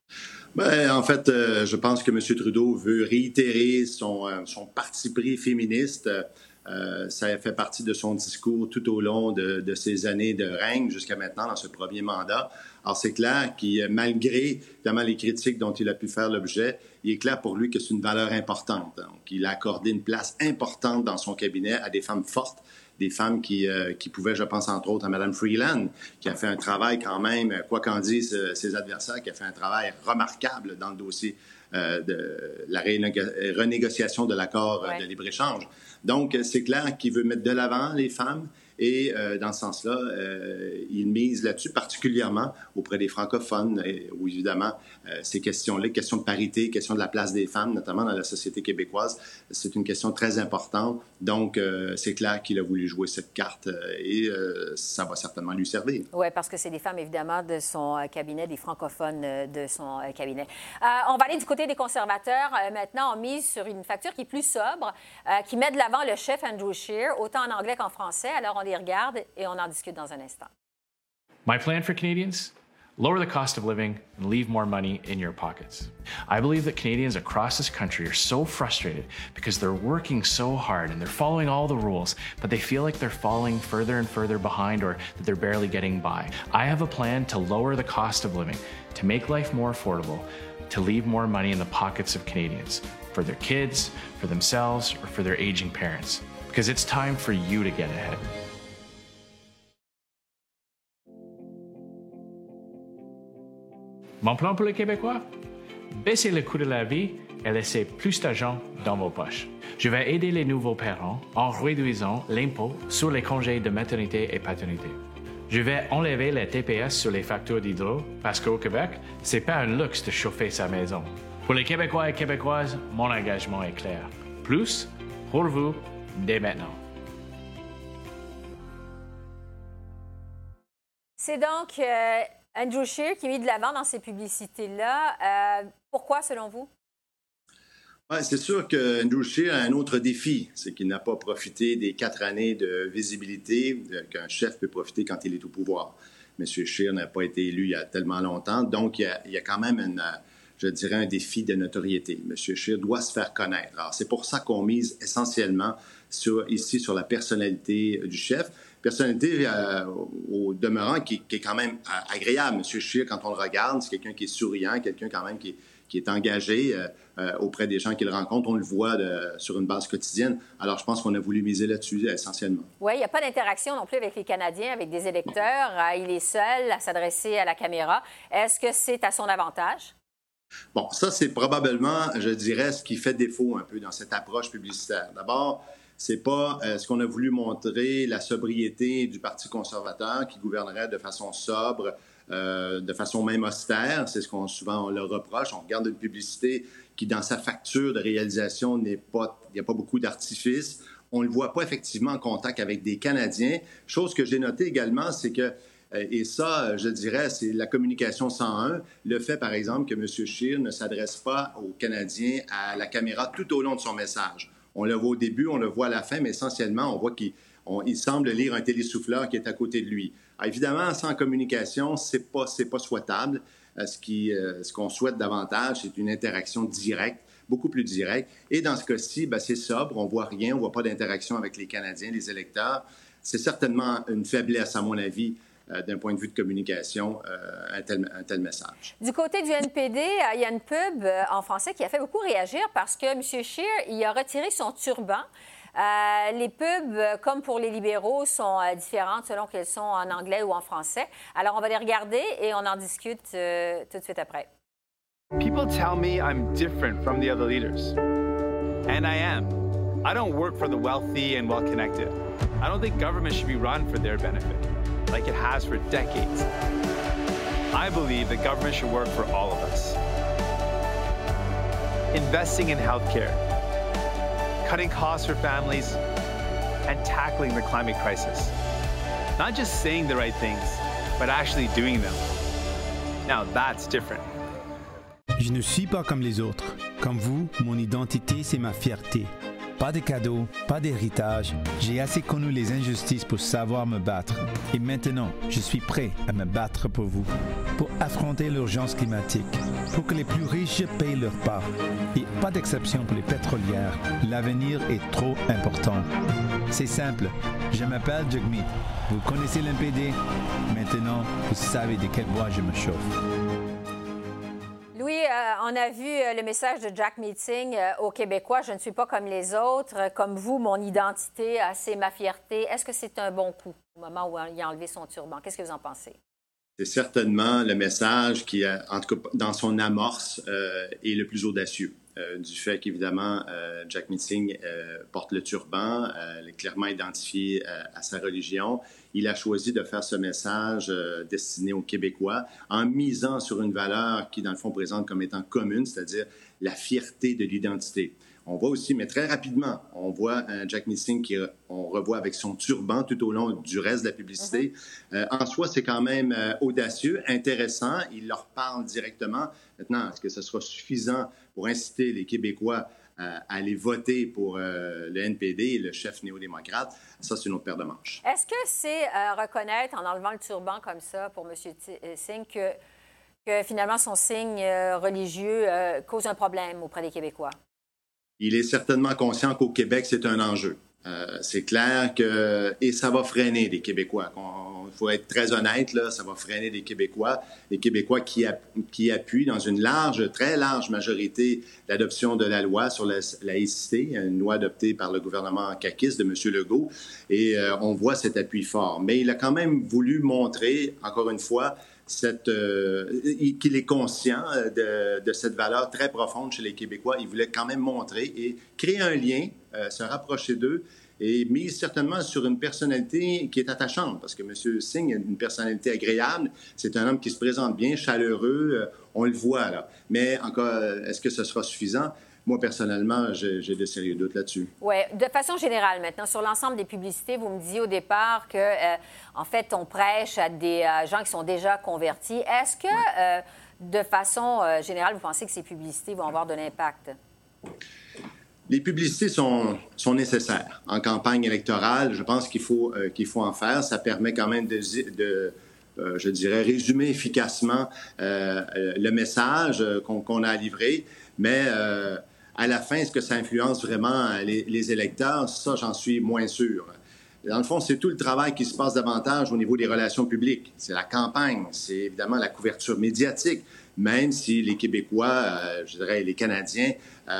En fait, je pense que M. Trudeau veut réitérer son parti pris féministe. Ça fait partie de son discours tout au long de ses années de règne jusqu'à maintenant, dans ce premier mandat. Alors, c'est clair qu'il, malgré évidemment les critiques dont il a pu faire l'objet, il est clair pour lui que c'est une valeur importante. Donc, il a accordé une place importante dans son cabinet à des femmes fortes, des femmes qui pouvaient, je pense entre autres à Mme Freeland, qui a fait un travail quand même, quoi qu'en disent ses adversaires, qui a fait un travail remarquable dans le dossier de la renégociation de l'accord de libre-échange. Donc, c'est clair qu'il veut mettre de l'avant les femmes et dans ce sens-là, il mise là-dessus particulièrement auprès des francophones où évidemment ces questions-là, questions de parité, questions de la place des femmes, notamment dans la société québécoise, c'est une question très importante. Donc, c'est clair qu'il a voulu jouer cette carte et ça va certainement lui servir. Oui, parce que c'est des femmes, évidemment, de son cabinet, des francophones de son cabinet. On va aller du côté des conservateurs. Maintenant, on mise sur une facture qui est plus sobre, qui met de l'avant le chef Andrew Scheer, autant en anglais qu'en français. Alors, on les regarde et on en discute dans un instant. My plan for Canadians? Lower the cost of living and leave more money in your pockets. I believe that Canadians across this country are so frustrated because they're working so hard and they're following all the rules, but they feel like they're falling further and further behind or that they're barely getting by. I have a plan to lower the cost of living, to make life more affordable, to leave more money in the pockets of Canadians, for their kids, for themselves, or for their aging parents. Because it's time for you to get ahead. Mon plan pour les Québécois? Baisser le coût de la vie et laisser plus d'argent dans vos poches. Je vais aider les nouveaux parents en réduisant l'impôt sur les congés de maternité et paternité. Je vais enlever les TPS sur les factures d'hydro parce qu'au Québec, c'est pas un luxe de chauffer sa maison. Pour les Québécois et Québécoises, mon engagement est clair. Plus pour vous dès maintenant. C'est donc Andrew Scheer qui met de l'avant dans ces publicités-là. Pourquoi, selon vous? Ouais, c'est sûr que Andrew Scheer a un autre défi, c'est qu'il n'a pas profité des 4 années de visibilité qu'un chef peut profiter quand il est au pouvoir. M. Scheer n'a pas été élu il y a tellement longtemps, donc il y a quand même un défi de notoriété. M. Scheer doit se faire connaître. Alors, c'est pour ça qu'on mise essentiellement ici sur la personnalité du chef. Personnalité au demeurant qui est quand même agréable. M. Scheer, quand on le regarde, c'est quelqu'un qui est souriant, quelqu'un quand même qui est engagé auprès des gens qu'il rencontre. On le voit sur une base quotidienne. Alors, je pense qu'on a voulu miser là-dessus essentiellement. Oui, il n'y a pas d'interaction non plus avec les Canadiens, avec des électeurs. Il est seul à s'adresser à la caméra. Est-ce que c'est à son avantage? Bon, ça, c'est probablement, je dirais, ce qui fait défaut un peu dans cette approche publicitaire. D'abord, c'est pas ce qu'on a voulu montrer, la sobriété du Parti conservateur qui gouvernerait de façon sobre, de façon même austère. C'est ce qu'on souvent on leur reproche. On regarde une publicité qui, dans sa facture de réalisation, il n'y a pas beaucoup d'artifice. On ne le voit pas effectivement en contact avec des Canadiens. Chose que j'ai notée également, c'est que, et ça, je dirais, c'est la communication 101, le fait, par exemple, que M. Scheer ne s'adresse pas aux Canadiens à la caméra tout au long de son message. On le voit au début, on le voit à la fin, mais essentiellement, on voit qu'il semble lire un télésouffleur qui est à côté de lui. Alors, évidemment, sans communication, c'est pas souhaitable. Ce qu'on souhaite davantage, c'est une interaction directe, beaucoup plus directe. Et dans ce cas-ci, c'est sobre, on voit rien, on voit pas d'interaction avec les Canadiens, les électeurs. C'est certainement une faiblesse, à mon avis, d'un point de vue de communication, un tel message. Du côté du NPD, il y a une pub en français qui a fait beaucoup réagir parce que M. Scheer, il a retiré son turban. Les pubs, comme pour les libéraux, sont différentes selon qu'elles sont en anglais ou en français. Alors, on va les regarder et on en discute tout de suite après. People tell me I'm different from the other leaders. And I am. I don't work for the wealthy and well-connected. I don't think government should be run for their benefit, like it has for decades. I believe that government should work for all of us. Investing in healthcare, cutting costs for families, and tackling the climate crisis. Not just saying the right things, but actually doing them. Now that's different. Je ne suis pas comme les autres. Comme vous, mon identité, c'est ma fierté. Pas de cadeaux, pas d'héritage. J'ai assez connu les injustices pour savoir me battre. Et maintenant, je suis prêt à me battre pour vous. Pour affronter l'urgence climatique. Pour que les plus riches payent leur part. Et pas d'exception pour les pétrolières. L'avenir est trop important. C'est simple. Je m'appelle Jagmeet. Vous connaissez l'NPD. Maintenant, vous savez de quel bois je me chauffe. Louis, on a vu le message de Jagmeet Singh aux Québécois. Je ne suis pas comme les autres. Comme vous, mon identité, c'est ma fierté. Est-ce que c'est un bon coup au moment où il a enlevé son turban? Qu'est-ce que vous en pensez? C'est certainement le message qui, en tout cas, dans son amorce, est le plus audacieux. Du fait qu'évidemment, Jagmeet Singh porte le turban, est clairement identifié à sa religion. Il a choisi de faire ce message destiné aux Québécois en misant sur une valeur qui, dans le fond, présente comme étant commune, c'est-à-dire la fierté de l'identité. On voit aussi, mais très rapidement, on voit Jagmeet Singh qu'on revoit avec son turban tout au long du reste de la publicité. En soi, c'est quand même audacieux, intéressant. Il leur parle directement. Maintenant, est-ce que ce sera suffisant pour inciter les Québécois à aller voter pour le NPD et le chef néo-démocrate? Ça, c'est une autre paire de manches. Est-ce que c'est reconnaître, en enlevant le turban comme ça pour M. Singh, que finalement son signe religieux cause un problème auprès des Québécois? Il est certainement conscient qu'au Québec, c'est un enjeu. C'est clair que... Et ça va freiner les Québécois. faut être très honnête, là, ça va freiner les Québécois qui appuient dans une très large majorité l'adoption de la loi sur la laïcité, une loi adoptée par le gouvernement caquiste de M. Legault, et on voit cet appui fort. Mais il a quand même voulu montrer, encore une fois, qu'il est conscient de cette valeur très profonde chez les Québécois. Il voulait quand même montrer et créer un lien, se rapprocher d'eux, et mise certainement sur une personnalité qui est attachante, parce que M. Singh a une personnalité agréable. C'est un homme qui se présente bien, chaleureux, on le voit là. Mais encore, est-ce que ce sera suffisant? Moi, personnellement, j'ai de sérieux doutes là-dessus. Oui. De façon générale, maintenant, sur l'ensemble des publicités, vous me disiez au départ que, en fait, on prêche à des gens qui sont déjà convertis. Est-ce que, de façon générale, vous pensez que ces publicités vont avoir de l'impact? Les publicités sont nécessaires. En campagne électorale, je pense qu'il faut en faire. Ça permet quand même je dirais, résumer efficacement le message qu'on a à livrer. Mais à la fin, est-ce que ça influence vraiment les électeurs? Ça, j'en suis moins sûr. Dans le fond, c'est tout le travail qui se passe davantage au niveau des relations publiques. C'est la campagne, c'est évidemment la couverture médiatique, même si les Québécois, je dirais les Canadiens,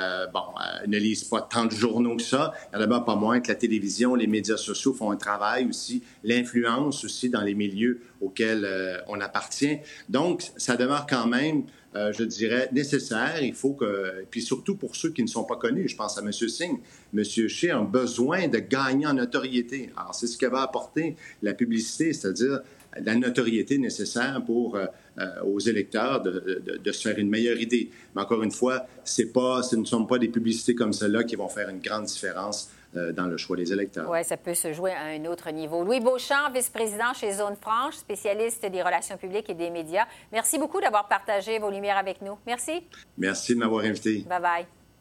ne lisent pas tant de journaux que ça. Il y en a d'abord pas moins que la télévision, les médias sociaux font un travail aussi, l'influence aussi dans les milieux auxquels on appartient. Donc, ça demeure quand même, je dirais, nécessaire. Il faut que, puis surtout pour ceux qui ne sont pas connus, je pense à M. Singh, M. Scheer ont besoin de gagner en notoriété. Alors, c'est ce que va apporter la publicité, c'est-à-dire la notoriété nécessaire pour aux électeurs de se faire une meilleure idée. Mais encore une fois, ce ne sont pas des publicités comme celle-là qui vont faire une grande différence dans le choix des électeurs. Oui, ça peut se jouer à un autre niveau. Louis Beauchamp, vice-président chez Zone Franche, spécialiste des relations publiques et des médias. Merci beaucoup d'avoir partagé vos lumières avec nous. Merci. Merci de m'avoir invité. Bye-bye.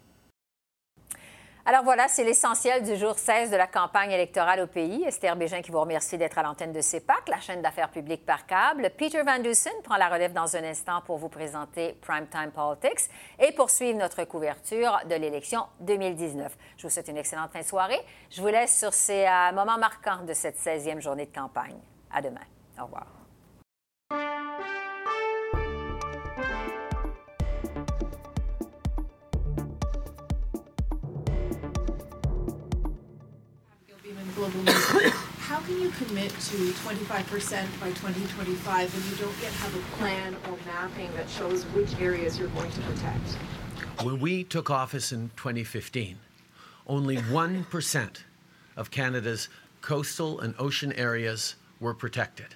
Alors voilà, c'est l'essentiel du jour 16 de la campagne électorale au pays. Esther Bégin qui vous remercie d'être à l'antenne de CEPAC, la chaîne d'affaires publiques par câble. Peter Van Dusen prend la relève dans un instant pour vous présenter Primetime Politics et poursuivre notre couverture de l'élection 2019. Je vous souhaite une excellente fin de soirée. Je vous laisse sur ces moments marquants de cette 16e journée de campagne. À demain. Au revoir. Global news. How can you commit to 25% by 2025 when you don't yet have a plan or mapping that shows which areas you're going to protect? When we took office in 2015, only 1% of Canada's coastal and ocean areas were protected.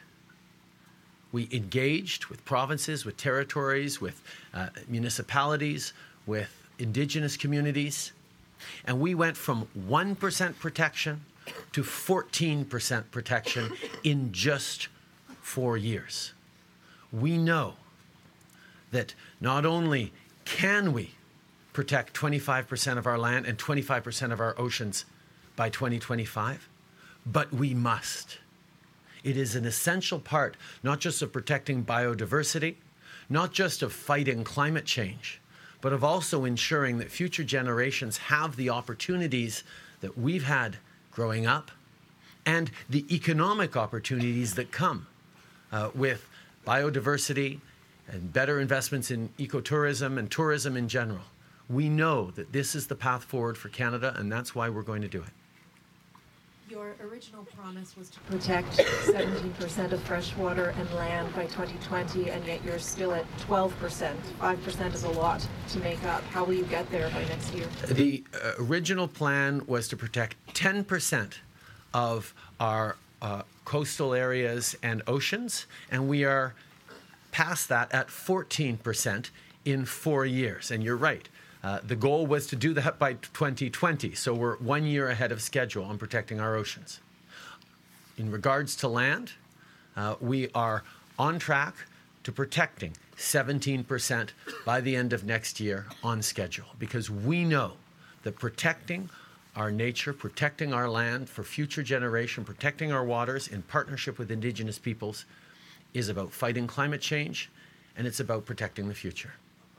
We engaged with provinces, with territories, with municipalities, with Indigenous communities, and we went from 1% protection to 14% protection in just 4 years. We know that not only can we protect 25% of our land and 25% of our oceans by 2025, but we must. It is an essential part, not just of protecting biodiversity, not just of fighting climate change, but of also ensuring that future generations have the opportunities that we've had growing up, and the economic opportunities that come with biodiversity and better investments in ecotourism and tourism in general. We know that this is the path forward for Canada, and that's why we're going to do it. Your original promise was to protect 17% of freshwater and land by 2020, and yet you're still at 12%. 5% is a lot to make up. How will you get there by next year? The original plan was to protect 10% of our coastal areas and oceans, and we are past that at 14% in 4 years. And you're right. The goal was to do that by 2020, so we're 1 year ahead of schedule on protecting our oceans. In regards to land, we are on track to protecting 17% by the end of next year on schedule, because we know that protecting our nature, protecting our land for future generation, protecting our waters in partnership with Indigenous peoples is about fighting climate change, and it's about protecting the future.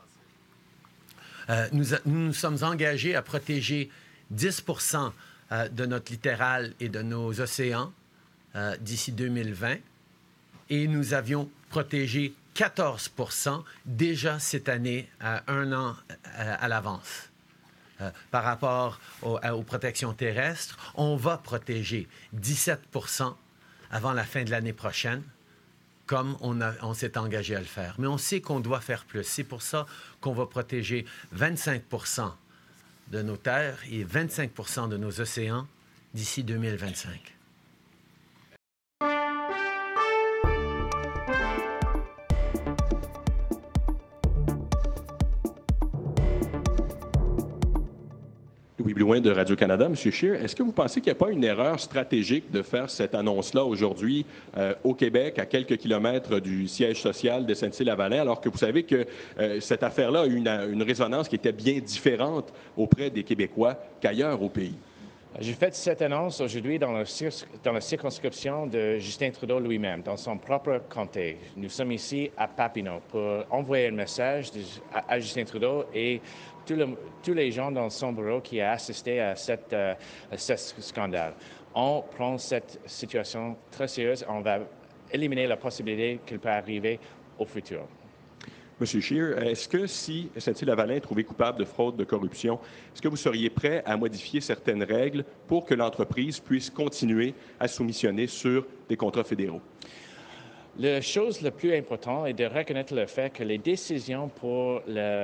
Nous sommes engagés à protéger 10% de notre littoral et de nos océans d'ici 2020. et nous avions protégé 14 % déjà cette année, à 1 an à l'avance. Par rapport aux protections terrestres, on va protéger 17 % avant la fin de l'année prochaine, comme on s'est engagé à le faire. Mais on sait qu'on doit faire plus. C'est pour ça qu'on va protéger 25 % de nos terres et 25 % de nos océans d'ici 2025. Louis Blouin de Radio-Canada. Monsieur Scheer, est-ce que vous pensez qu'il n'y a pas une erreur stratégique de faire cette annonce-là aujourd'hui au Québec, à quelques kilomètres du siège social de SNC-Lavalin, alors que vous savez que cette affaire-là a eu une résonance qui était bien différente auprès des Québécois qu'ailleurs au pays? J'ai fait cette annonce aujourd'hui dans la circonscription de Justin Trudeau lui-même, dans son propre comté. Nous sommes ici à Papineau pour envoyer un message à Justin Trudeau et tous les gens dans son bureau qui ont assisté à ce scandale. On prend cette situation très sérieuse. On va éliminer la possibilité qu'il peut arriver au futur. Monsieur Scheer, est-ce que si SNC-Lavalin est trouvé coupable de fraude, de corruption, est-ce que vous seriez prêt à modifier certaines règles pour que l'entreprise puisse continuer à soumissionner sur des contrats fédéraux? La chose la plus importante est de reconnaître le fait que les décisions pour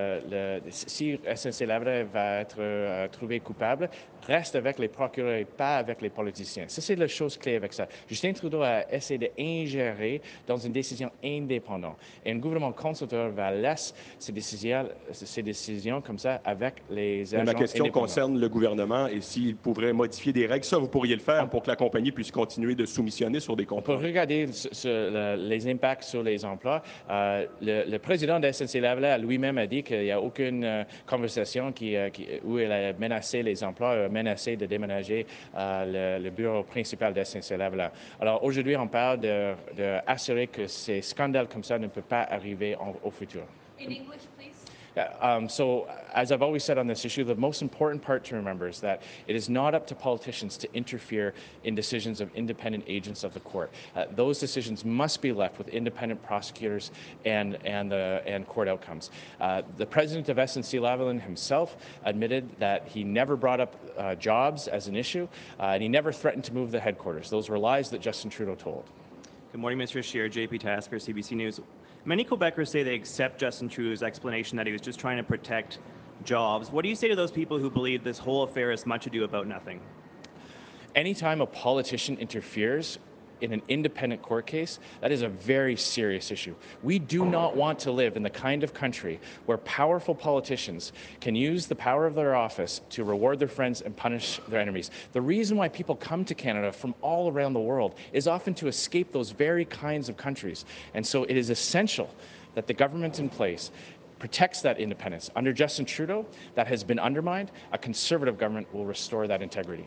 si SNC-Lavalin va être trouvé coupable restent avec les procureurs et pas avec les politiciens. Ça, c'est la chose clé avec ça. Justin Trudeau a essayé d'ingérer dans une décision indépendante. Et un gouvernement consultateur va laisser ces décisions comme ça avec les agents. Ma question concerne le gouvernement et s'il pourrait modifier des règles. Ça, vous pourriez le faire pour que la compagnie puisse continuer de soumissionner sur des contrats. Pour regarder les impacts sur les emplois, le président de SNC-Lavalin lui-même a dit qu'il n'y a aucune conversation où il a menacé les emplois, menacé de déménager le bureau principal de SNC-Lavalin. Alors aujourd'hui, on parle d'assurer que ces scandales comme ça ne peuvent pas arriver au futur. In English, please. So, as I've always said on this issue, the most important part to remember is that it is not up to politicians to interfere in decisions of independent agents of the court. Those decisions must be left with independent prosecutors and court outcomes. The president of SNC-Lavalin himself admitted that he never brought up jobs as an issue, and he never threatened to move the headquarters. Those were lies that Justin Trudeau told. Good morning, Mr. Scheer. JP Tasker, CBC News. Many Quebecers say they accept Justin Trudeau's explanation that he was just trying to protect jobs. What do you say to those people who believe this whole affair is much ado about nothing? Anytime a politician interferes in an independent court case, that is a very serious issue. We do not want to live in the kind of country where powerful politicians can use the power of their office to reward their friends and punish their enemies. The reason why people come to Canada from all around the world is often to escape those very kinds of countries. And so it is essential that the government in place protects that independence. Under Justin Trudeau, that has been undermined. A Conservative government will restore that integrity.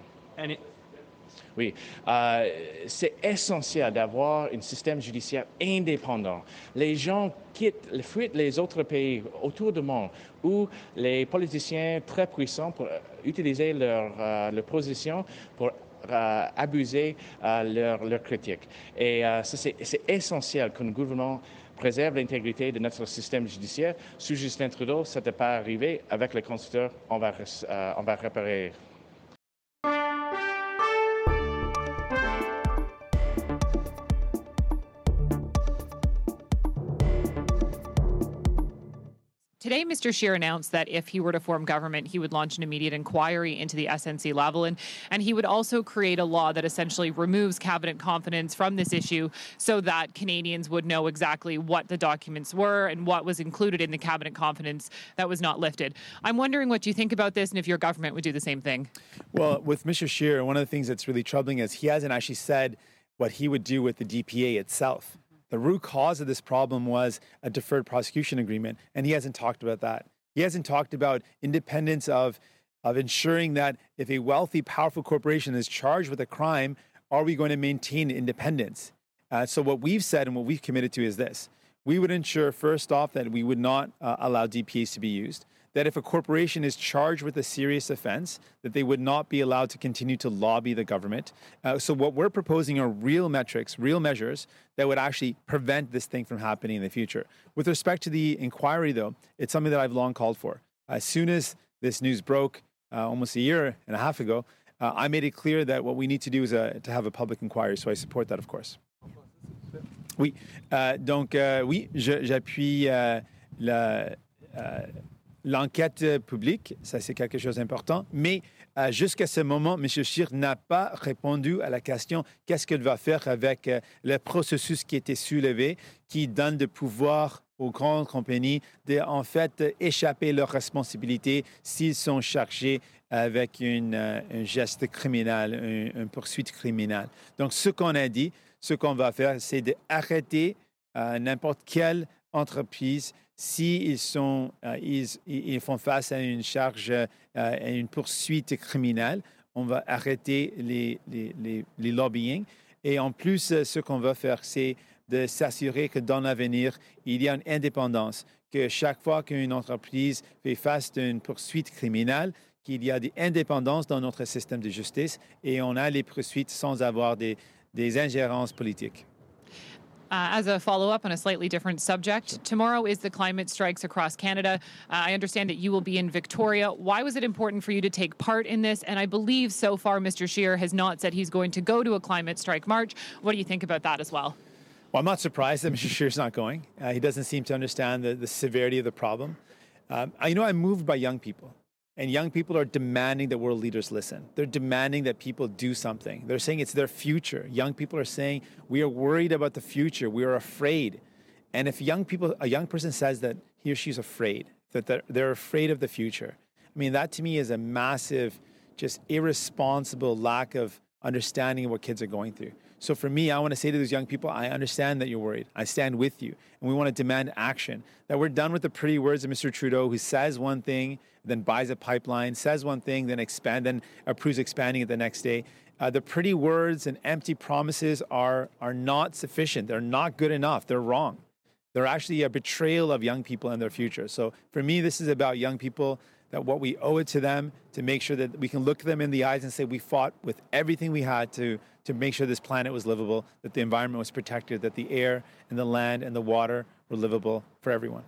Oui, c'est essentiel d'avoir un système judiciaire indépendant. Les gens fuient les autres pays autour du monde où les politiciens très puissants pour utiliser leur position pour abuser leurs critiques. Et c'est essentiel qu'un gouvernement préserve l'intégrité de notre système judiciaire. Sous Justin Trudeau, ça n'est pas arrivé. Avec les constructeurs, on va réparer. Today, Mr. Scheer announced that if he were to form government, he would launch an immediate inquiry into the SNC-Lavalin, and he would also create a law that essentially removes cabinet confidence from this issue so that Canadians would know exactly what the documents were and what was included in the cabinet confidence that was not lifted. I'm wondering what you think about this and if your government would do the same thing. Well, with Mr. Scheer, one of the things that's really troubling is he hasn't actually said what he would do with the DPA itself. The root cause of this problem was a deferred prosecution agreement, and he hasn't talked about that. He hasn't talked about independence of ensuring that if a wealthy, powerful corporation is charged with a crime, are we going to maintain independence? So what we've said and what we've committed to is this. We would ensure, first off, that we would not allow DPAs to be used, that if a corporation is charged with a serious offense, that they would not be allowed to continue to lobby the government. So what we're proposing are real metrics, real measures that would actually prevent this thing from happening in the future. With respect to the inquiry, though, it's something that I've long called for. As soon as this news broke almost a year and a half ago, I made it clear that what we need to do is to have a public inquiry. So I support that, of course. Oui, donc oui, j'appuie l'enquête publique, ça c'est quelque chose d'important, mais jusqu'à ce moment, M. Scheer n'a pas répondu à la question qu'est-ce qu'il va faire avec le processus qui a été soulevé, qui donne de pouvoir aux grandes compagnies de en fait échapper leurs responsabilités s'ils sont chargés avec un geste criminel, une poursuite criminelle. Donc ce qu'on a dit, ce qu'on va faire, c'est d'arrêter n'importe quelle entreprise s'ils ils font face à une charge, à une poursuite criminelle. On va arrêter les lobbying. Et en plus, ce qu'on va faire, c'est de s'assurer que dans l'avenir, il y a une indépendance, que chaque fois qu'une entreprise fait face à une poursuite criminelle, qu'il y a des indépendances dans notre système de justice et on a les poursuites sans avoir des ingérences politiques. As a follow-up on a slightly different subject, tomorrow is the climate strikes across Canada. I understand that you will be in Victoria. Why was it important for you to take part in this? And I believe so far Mr. Scheer has not said he's going to go to a climate strike march. What do you think about that as well? Well, I'm not surprised that Mr. Scheer's not going. He doesn't seem to understand the severity of the problem. I'm moved by young people. And young people are demanding that world leaders listen. They're demanding that people do something. They're saying it's their future. Young people are saying, we are worried about the future. We are afraid. And if a young person says that he or she's afraid, that they're afraid of the future, I mean, that to me is a massive, just irresponsible lack of understanding of what kids are going through. So for me, I want to say to those young people, I understand that you're worried. I stand with you. And we want to demand action. That we're done with the pretty words of Mr. Trudeau, who says one thing, then buys a pipeline, says one thing, then approves expanding it the next day. The pretty words and empty promises are not sufficient. They're not good enough. They're wrong. They're actually a betrayal of young people and their future. So for me, this is about young people, that what we owe it to them to make sure that we can look them in the eyes and say we fought with everything we had to make sure this planet was livable, that the environment was protected, that the air and the land and the water were livable for everyone.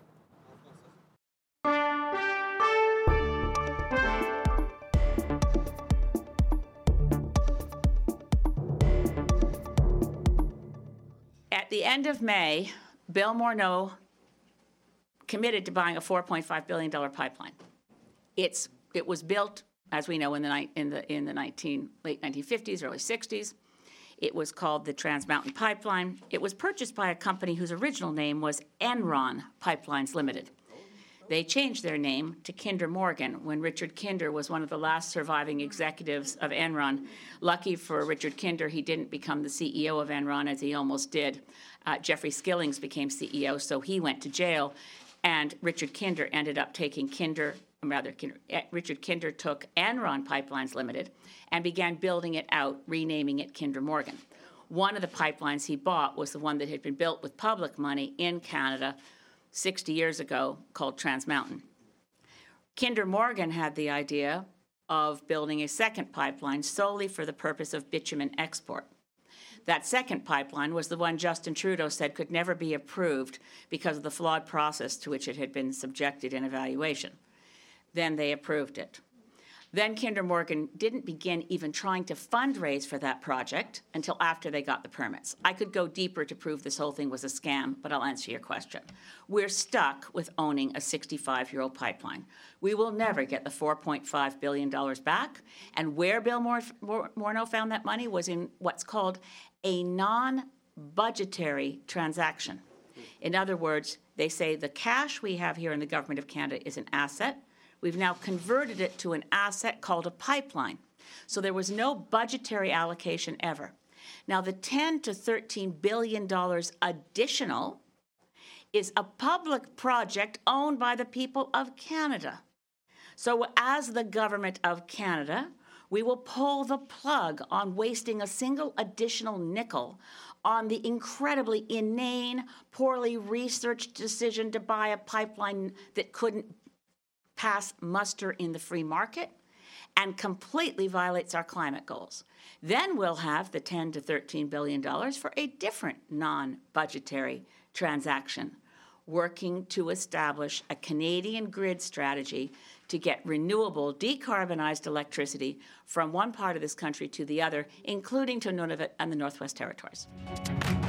At the end of May, Bill Morneau committed to buying a $4.5 billion pipeline. It was built, as we know, in the late 1950s, early 60s. It was called the Trans Mountain Pipeline. It was purchased by a company whose original name was Enron Pipelines Limited. They changed their name to Kinder Morgan when Richard Kinder was one of the last surviving executives of Enron. Lucky for Richard Kinder, he didn't become the CEO of Enron, as he almost did. Jeffrey Skillings became CEO, so he went to jail, and Richard Kinder ended up taking Richard Kinder took Enron Pipelines Limited and began building it out, renaming it Kinder Morgan. One of the pipelines he bought was the one that had been built with public money in Canada 60 years ago, called Trans Mountain. Kinder Morgan had the idea of building a second pipeline solely for the purpose of bitumen export. That second pipeline was the one Justin Trudeau said could never be approved because of the flawed process to which it had been subjected in evaluation. Then they approved it. Then Kinder Morgan didn't begin even trying to fundraise for that project until after they got the permits. I could go deeper to prove this whole thing was a scam, but I'll answer your question. We're stuck with owning a 65-year-old pipeline. We will never get the $4.5 billion back, and where Bill Morneau found that money was in what's called a non-budgetary transaction. In other words, they say the cash we have here in the Government of Canada is an asset. We've now converted it to an asset called a pipeline. So there was no budgetary allocation ever. Now, the $10 to $13 billion additional is a public project owned by the people of Canada. So as the Government of Canada, we will pull the plug on wasting a single additional nickel on the incredibly inane, poorly researched decision to buy a pipeline that couldn't pass muster in the free market and completely violates our climate goals. Then we'll have the $10 to $13 billion for a different non-budgetary transaction, working to establish a Canadian grid strategy to get renewable, decarbonized electricity from one part of this country to the other, including to Nunavut and the Northwest Territories.